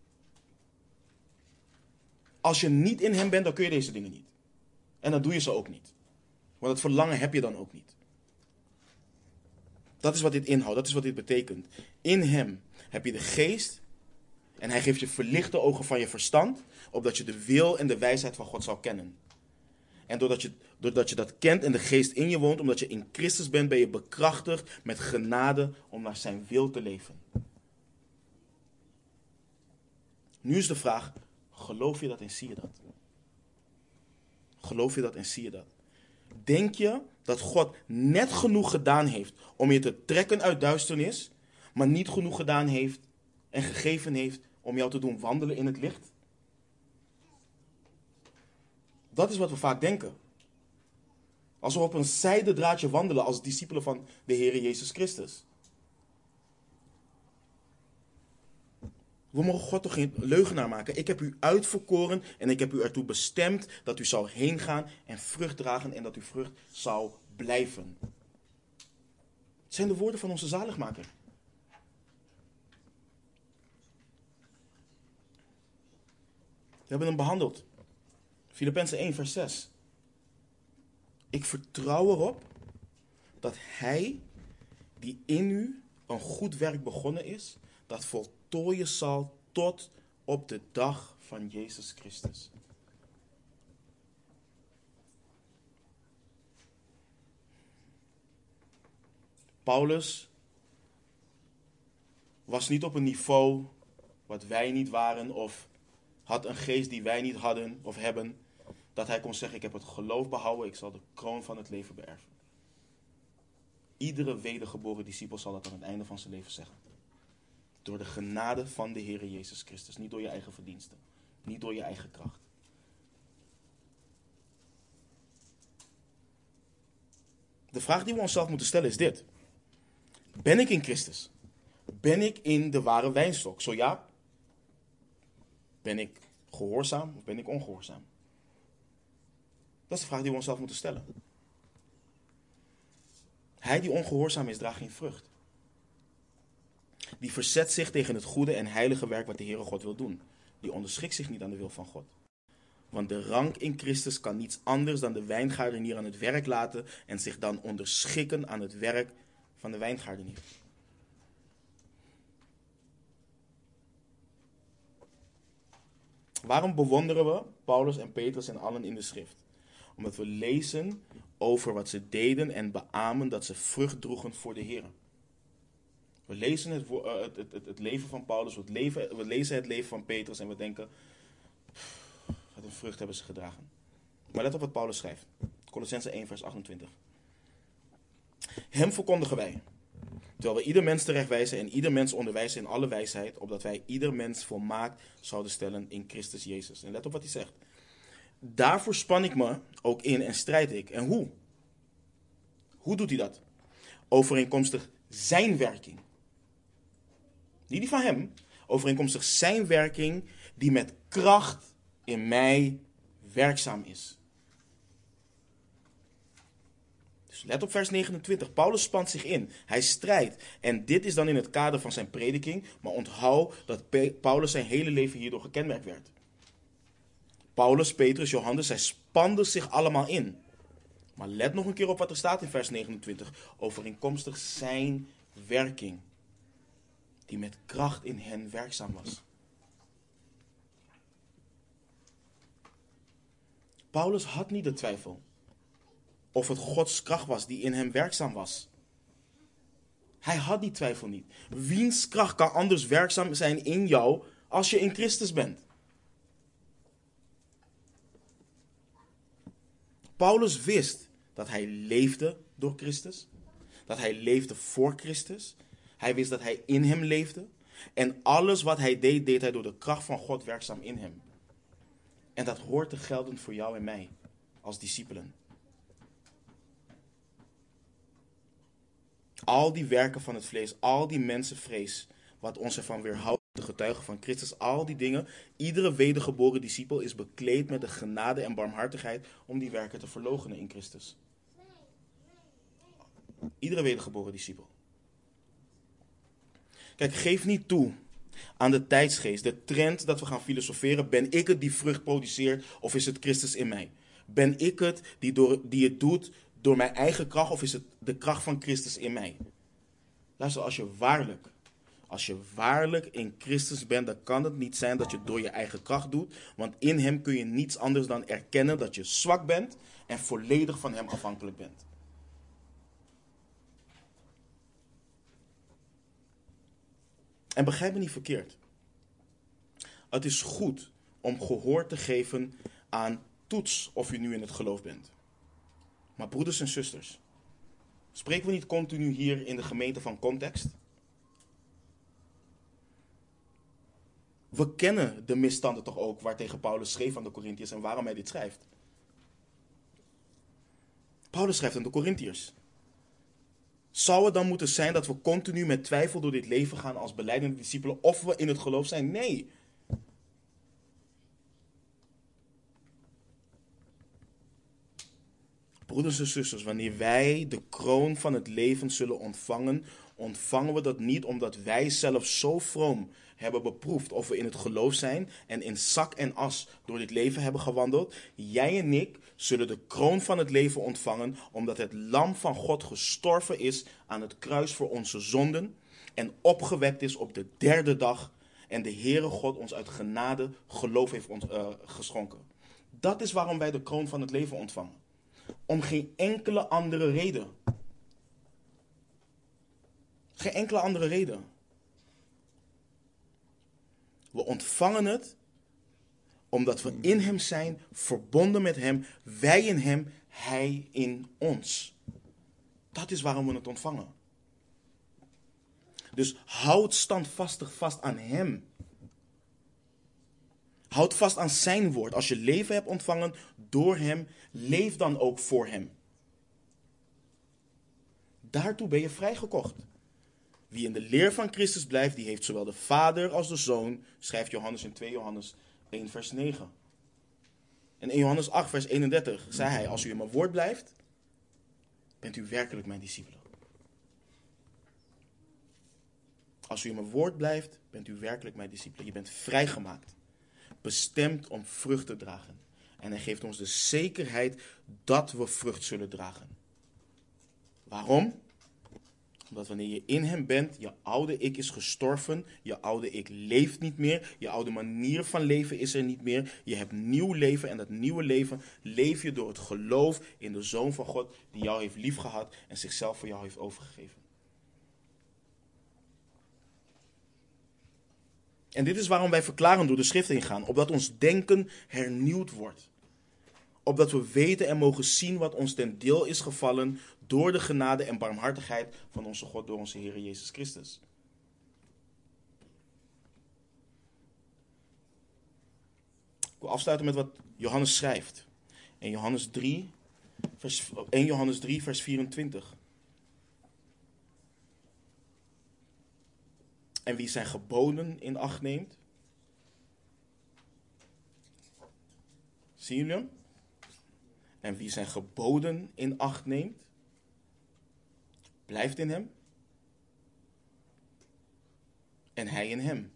Als je niet in hem bent, dan kun je deze dingen niet. En dan doe je ze ook niet. Want het verlangen heb je dan ook niet. Dat is wat dit inhoudt, dat is wat dit betekent. In hem heb je de geest en hij geeft je verlichte ogen van je verstand, opdat je de wil en de wijsheid van God zal kennen. En doordat je dat kent en de geest in je woont, omdat je in Christus bent, ben je bekrachtigd met genade om naar zijn wil te leven. Nu is de vraag, geloof je dat en zie je dat? Geloof je dat en zie je dat? Denk je dat God net genoeg gedaan heeft om je te trekken uit duisternis, maar niet genoeg gedaan heeft en gegeven heeft om jou te doen wandelen in het licht? Dat is wat we vaak denken. Als we op een zijde draadje wandelen als discipelen van de Heer Jezus Christus. We mogen God toch geen leugenaar maken. Ik heb u uitverkoren en ik heb u ertoe bestemd dat u zou heen gaan en vrucht dragen en dat uw vrucht zou blijven. Het zijn de woorden van onze zaligmaker. We hebben hem behandeld. Filippenzen 1 vers 6. Ik vertrouw erop dat hij die in u een goed werk begonnen is, dat voltooien zal tot op de dag van Jezus Christus. Paulus was niet op een niveau wat wij niet waren of had een geest die wij niet hadden of hebben, dat hij kon zeggen, ik heb het geloof behouden, ik zal de kroon van het leven beërven. Iedere wedergeboren discipel zal dat aan het einde van zijn leven zeggen. Door de genade van de Heer Jezus Christus, niet door je eigen verdiensten, niet door je eigen kracht. De vraag die we onszelf moeten stellen is dit. Ben ik in Christus? Ben ik in de ware wijnstok? Zo ja, ben ik gehoorzaam of ben ik ongehoorzaam? Dat is de vraag die we onszelf moeten stellen. Hij die ongehoorzaam is, draagt geen vrucht. Die verzet zich tegen het goede en heilige werk wat de Heere God wil doen. Die onderschikt zich niet aan de wil van God. Want de rank in Christus kan niets anders dan de wijngaardenier aan het werk laten en zich dan onderschikken aan het werk van de wijngaardenier. Waarom bewonderen we Paulus en Petrus en allen in de schrift? Omdat we lezen over wat ze deden en beamen dat ze vrucht droegen voor de Heer. We lezen het leven van Paulus, we lezen het leven van Petrus en we denken, wat een vrucht hebben ze gedragen. Maar let op wat Paulus schrijft. Colossenzen 1 vers 28. Hem verkondigen wij, terwijl we ieder mens terechtwijzen en ieder mens onderwijzen in alle wijsheid, opdat wij ieder mens volmaakt zouden stellen in Christus Jezus. En let op wat hij zegt. Daarvoor span ik me ook in en strijd ik. En hoe? Hoe doet hij dat? Overeenkomstig zijn werking. Niet die van hem. Overeenkomstig zijn werking die met kracht in mij werkzaam is. Dus let op vers 29. Paulus spant zich in. Hij strijdt. En dit is dan in het kader van zijn prediking. Maar onthoud dat Paulus zijn hele leven hierdoor gekenmerkt werd. Paulus, Petrus, Johannes, zij spanden zich allemaal in. Maar let nog een keer op wat er staat in vers 29. Overeenkomstig zijn werking. Die met kracht in hen werkzaam was. Paulus had niet de twijfel of het Gods kracht was die in hem werkzaam was. Hij had die twijfel niet. Wiens kracht kan anders werkzaam zijn in jou als je in Christus bent? Paulus wist dat hij leefde door Christus. Dat hij leefde voor Christus. Hij wist dat hij in hem leefde. En alles wat hij deed, deed hij door de kracht van God werkzaam in hem. En dat hoort te gelden voor jou en mij als discipelen. Al die werken van het vlees, al die mensenvrees, wat ons ervan weerhoudt, de getuigen van Christus, al die dingen. Iedere wedergeboren discipel is bekleed met de genade en barmhartigheid om die werken te verloochenen in Christus. Iedere wedergeboren discipel. Kijk, geef niet toe aan de tijdsgeest, de trend dat we gaan filosoferen. Ben ik het die vrucht produceert of is het Christus in mij? Ben ik het die het doet door mijn eigen kracht of is het de kracht van Christus in mij? Luister, als je waarlijk in Christus bent, dan kan het niet zijn dat je het door je eigen kracht doet. Want in hem kun je niets anders dan erkennen dat je zwak bent en volledig van hem afhankelijk bent. En begrijp me niet verkeerd. Het is goed om gehoor te geven aan toets of je nu in het geloof bent. Maar broeders en zusters, spreken we niet continu hier in de gemeente van context? We kennen de misstanden toch ook waartegen Paulus schreef aan de Korintiërs en waarom hij dit schrijft. Paulus schrijft aan de Korintiërs. Zou het dan moeten zijn dat we continu met twijfel door dit leven gaan als belijdende discipelen of we in het geloof zijn? Nee. Broeders en zusters, wanneer wij de kroon van het leven zullen ontvangen, ontvangen we dat niet omdat wij zelf zo vroom hebben beproefd of we in het geloof zijn en in zak en as door dit leven hebben gewandeld. Jij en ik zullen de kroon van het leven ontvangen omdat het lam van God gestorven is aan het kruis voor onze zonden en opgewekt is op de derde dag en de Heere God ons uit genade geloof heeft geschonken. Dat is waarom wij de kroon van het leven ontvangen. Om geen enkele andere reden. Geen enkele andere reden. We ontvangen het omdat we in hem zijn, verbonden met hem, wij in hem, hij in ons. Dat is waarom we het ontvangen. Dus houd standvastig vast aan hem. Houd vast aan zijn woord. Als je leven hebt ontvangen door hem, leef dan ook voor hem. Daartoe ben je vrijgekocht. Wie in de leer van Christus blijft, die heeft zowel de Vader als de Zoon, schrijft Johannes in 2 Johannes 1 vers 9. En in Johannes 8 vers 31 zei hij, als u in mijn woord blijft, bent u werkelijk mijn discipelen. Als u in mijn woord blijft, bent u werkelijk mijn discipelen. Je bent vrijgemaakt. Bestemd om vrucht te dragen. En hij geeft ons de zekerheid dat we vrucht zullen dragen. Waarom? Omdat wanneer je in hem bent, je oude ik is gestorven, je oude ik leeft niet meer, je oude manier van leven is er niet meer. Je hebt nieuw leven en dat nieuwe leven leef je door het geloof in de Zoon van God die jou heeft liefgehad en zichzelf voor jou heeft overgegeven. En dit is waarom wij verklaren door de schrift heen gaan. Opdat ons denken hernieuwd wordt. Opdat we weten en mogen zien wat ons ten deel is gevallen door de genade en barmhartigheid van onze God door onze Heer Jezus Christus. Ik wil afsluiten met wat Johannes schrijft. In 1 Johannes 3 vers 24. En wie zijn geboden in acht neemt, Zien jullie hem? En wie zijn geboden in acht neemt, blijft in hem. En hij in hem.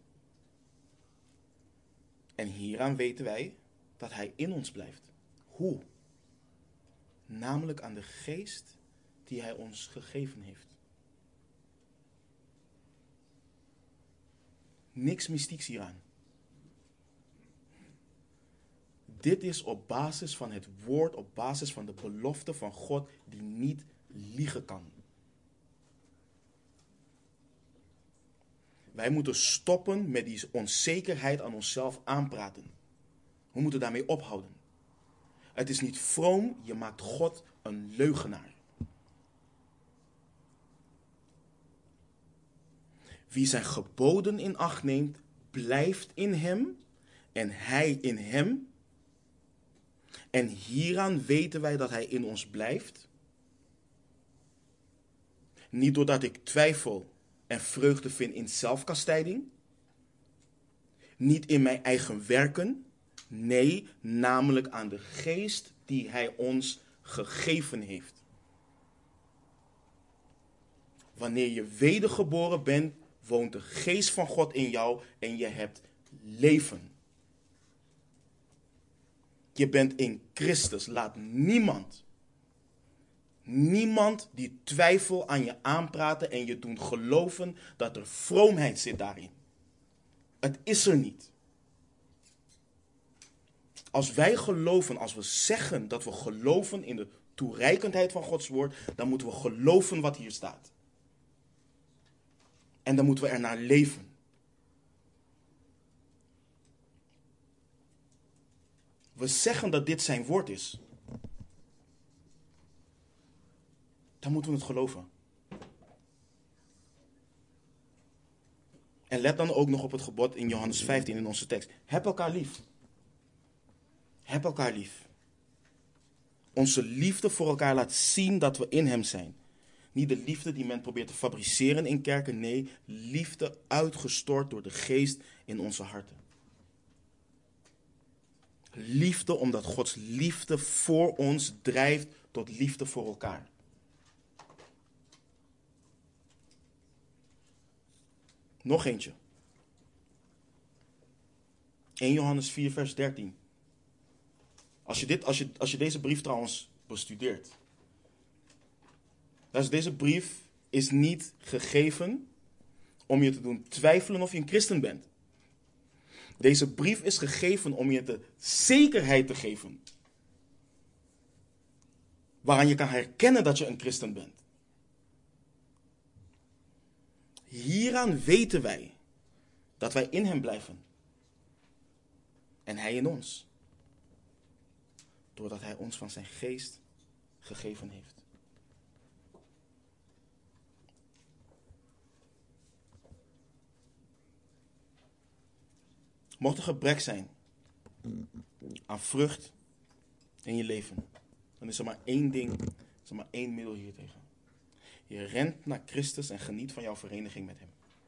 En hieraan weten wij dat hij in ons blijft. Hoe? Namelijk aan de geest die hij ons gegeven heeft. Niks mystieks hieraan. Dit is op basis van het woord, op basis van de belofte van God die niet liegen kan. Wij moeten stoppen met die onzekerheid aan onszelf aanpraten. We moeten daarmee ophouden. Het is niet vroom, je maakt God een leugenaar. Wie zijn geboden in acht neemt, blijft in hem en hij in hem. En hieraan weten wij dat hij in ons blijft. Niet doordat ik twijfel en vreugde vind in zelfkastijding. Niet in mijn eigen werken. Nee, namelijk aan de geest die hij ons gegeven heeft. Wanneer je wedergeboren bent, woont de geest van God in jou en je hebt leven. Je bent in Christus. Laat niemand die twijfel aan je aanpraten en je doen geloven dat er vroomheid zit daarin. Het is er niet. Als wij geloven, als we zeggen dat we geloven in de toereikendheid van Gods woord, dan moeten we geloven wat hier staat. En dan moeten we ernaar leven. We zeggen dat dit zijn woord is. Dan moeten we het geloven. En let dan ook nog op het gebod in Johannes 15 in onze tekst. Heb elkaar lief. Heb elkaar lief. Onze liefde voor elkaar laat zien dat we in hem zijn. Niet de liefde die men probeert te fabriceren in kerken. Nee, liefde uitgestort door de geest in onze harten. Liefde omdat Gods liefde voor ons drijft tot liefde voor elkaar. Nog eentje. 1 Johannes 4 vers 13. Als je deze brief trouwens bestudeert. Dus deze brief is niet gegeven om je te doen twijfelen of je een christen bent. Deze brief is gegeven om je de zekerheid te geven. Waaraan je kan herkennen dat je een christen bent. Hieraan weten wij dat wij in hem blijven. En hij in ons. Doordat hij ons van zijn geest gegeven heeft. Mocht er gebrek zijn aan vrucht in je leven, dan is er maar één ding, is er maar één middel hiertegen. Je rent naar Christus en geniet van jouw vereniging met hem.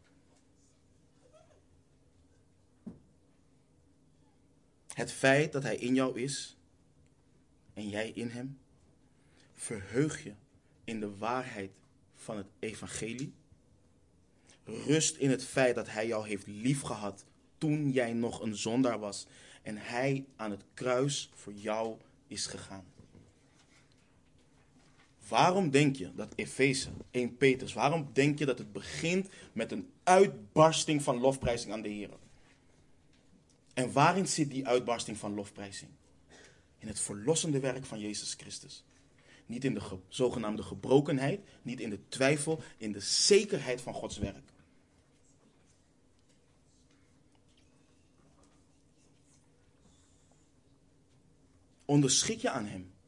Het feit dat hij in jou is en jij in hem, verheug je in de waarheid van het evangelie. Rust in het feit dat hij jou heeft liefgehad toen jij nog een zondaar was en hij aan het kruis voor jou is gegaan. Waarom denk je dat Efeze, 1 Petrus, waarom denk je dat het begint met een uitbarsting van lofprijzing aan de Heer? En waarin zit die uitbarsting van lofprijzing? In het verlossende werk van Jezus Christus. Niet in de zogenaamde gebrokenheid, niet in de twijfel, in de zekerheid van Gods werk. Onderschik je aan hem.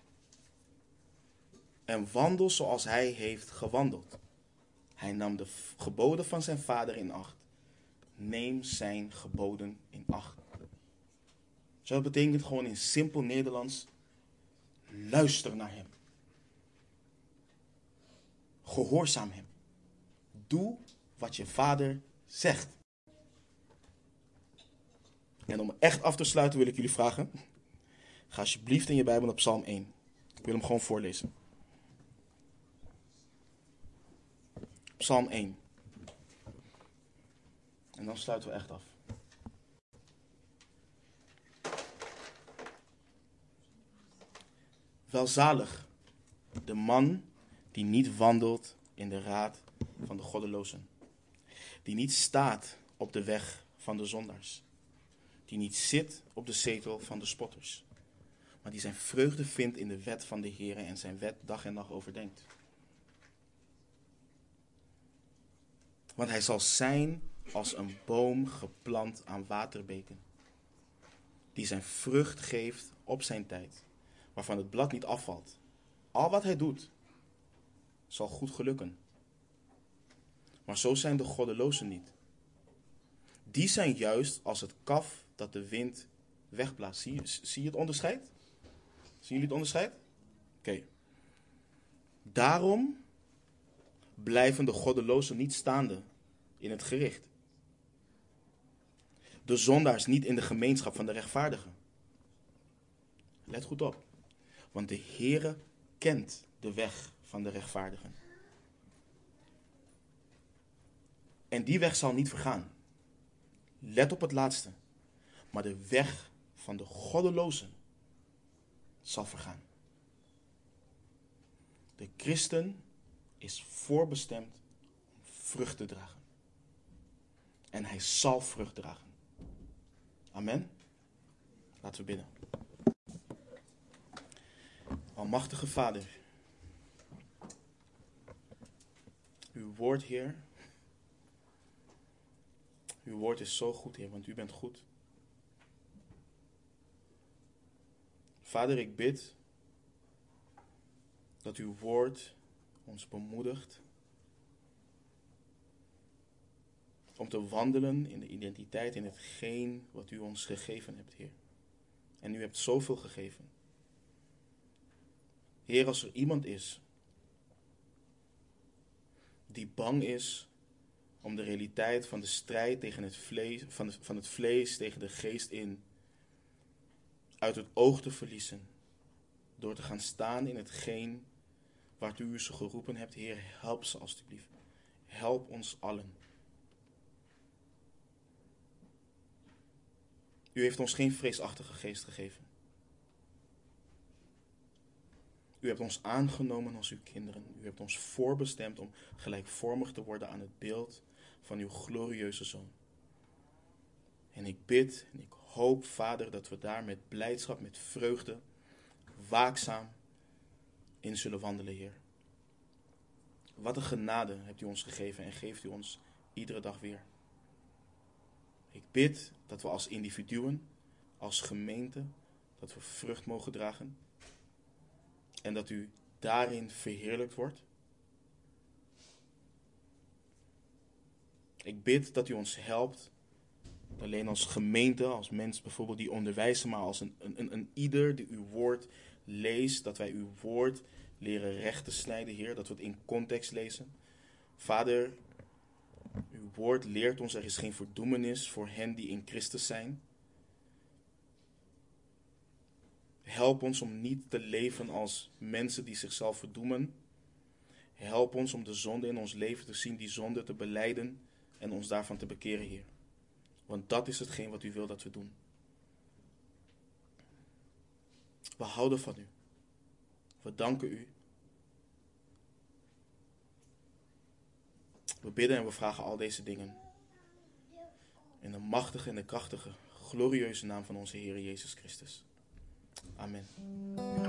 En wandel zoals hij heeft gewandeld. Hij nam de geboden van zijn vader in acht. Neem zijn geboden in acht. Zo dat betekent gewoon in simpel Nederlands. Luister naar hem. Gehoorzaam hem. Doe wat je vader zegt. En om echt af te sluiten wil ik jullie vragen. Ga alsjeblieft in je Bijbel naar Psalm 1. Ik wil hem gewoon voorlezen. Psalm 1. En dan sluiten we echt af. Welzalig de man die niet wandelt in de raad van de goddelozen. Die niet staat op de weg van de zondaars. Die niet zit op de zetel van de spotters. Maar die zijn vreugde vindt in de wet van de Heere en zijn wet dag en nacht overdenkt. Want hij zal zijn als een boom geplant aan waterbeken. Die zijn vrucht geeft op zijn tijd. Waarvan het blad niet afvalt. Al wat hij doet, zal goed gelukken. Maar zo zijn de goddelozen niet. Die zijn juist als het kaf dat de wind wegblaast. Zie je het onderscheid? Zien jullie het onderscheid? Oké. Daarom blijven de goddelozen niet staande in het gericht. De zondaars niet in de gemeenschap van de rechtvaardigen. Let goed op. Want de Heere kent de weg van de rechtvaardigen. En die weg zal niet vergaan. Let op het laatste. Maar de weg van de goddelozen zal vergaan. De christen is voorbestemd om vrucht te dragen. En hij zal vrucht dragen. Amen. Laten we bidden. Almachtige Vader, uw woord, Heer. Uw woord is zo goed, Heer, want u bent goed. Vader, ik bid dat uw woord ons bemoedigt om te wandelen in de identiteit, in hetgeen wat u ons gegeven hebt, Heer. En u hebt zoveel gegeven. Heer, als er iemand is die bang is om de realiteit van de strijd tegen het vlees, van het vlees tegen de geest in uit het oog te verliezen, door te gaan staan in hetgeen waartoe u ze geroepen hebt, Heer, help ze alstublieft. Help ons allen. U heeft ons geen vreesachtige geest gegeven. U hebt ons aangenomen als uw kinderen. U hebt ons voorbestemd om gelijkvormig te worden aan het beeld van uw glorieuze Zoon. En ik bid en ik hoop, Vader, dat we daar met blijdschap, met vreugde, waakzaam in zullen wandelen, Heer. Wat een genade hebt u ons gegeven en geeft u ons iedere dag weer. Ik bid dat we als individuen, als gemeente, dat we vrucht mogen dragen. En dat u daarin verheerlijkt wordt. Ik bid dat u ons helpt. Niet alleen als gemeente, als mens bijvoorbeeld die onderwijzen, maar als een ieder die uw woord leest. Dat wij uw woord leren recht te snijden, Heer. Dat we het in context lezen. Vader, uw woord leert ons, er is geen verdoemenis voor hen die in Christus zijn. Help ons om niet te leven als mensen die zichzelf verdoemen. Help ons om de zonde in ons leven te zien, die zonde te belijden en ons daarvan te bekeren, Heer. Want dat is hetgeen wat u wil dat we doen. We houden van u. We danken u. We bidden en we vragen al deze dingen in de machtige en de krachtige, glorieuze naam van onze Heer Jezus Christus. Amen.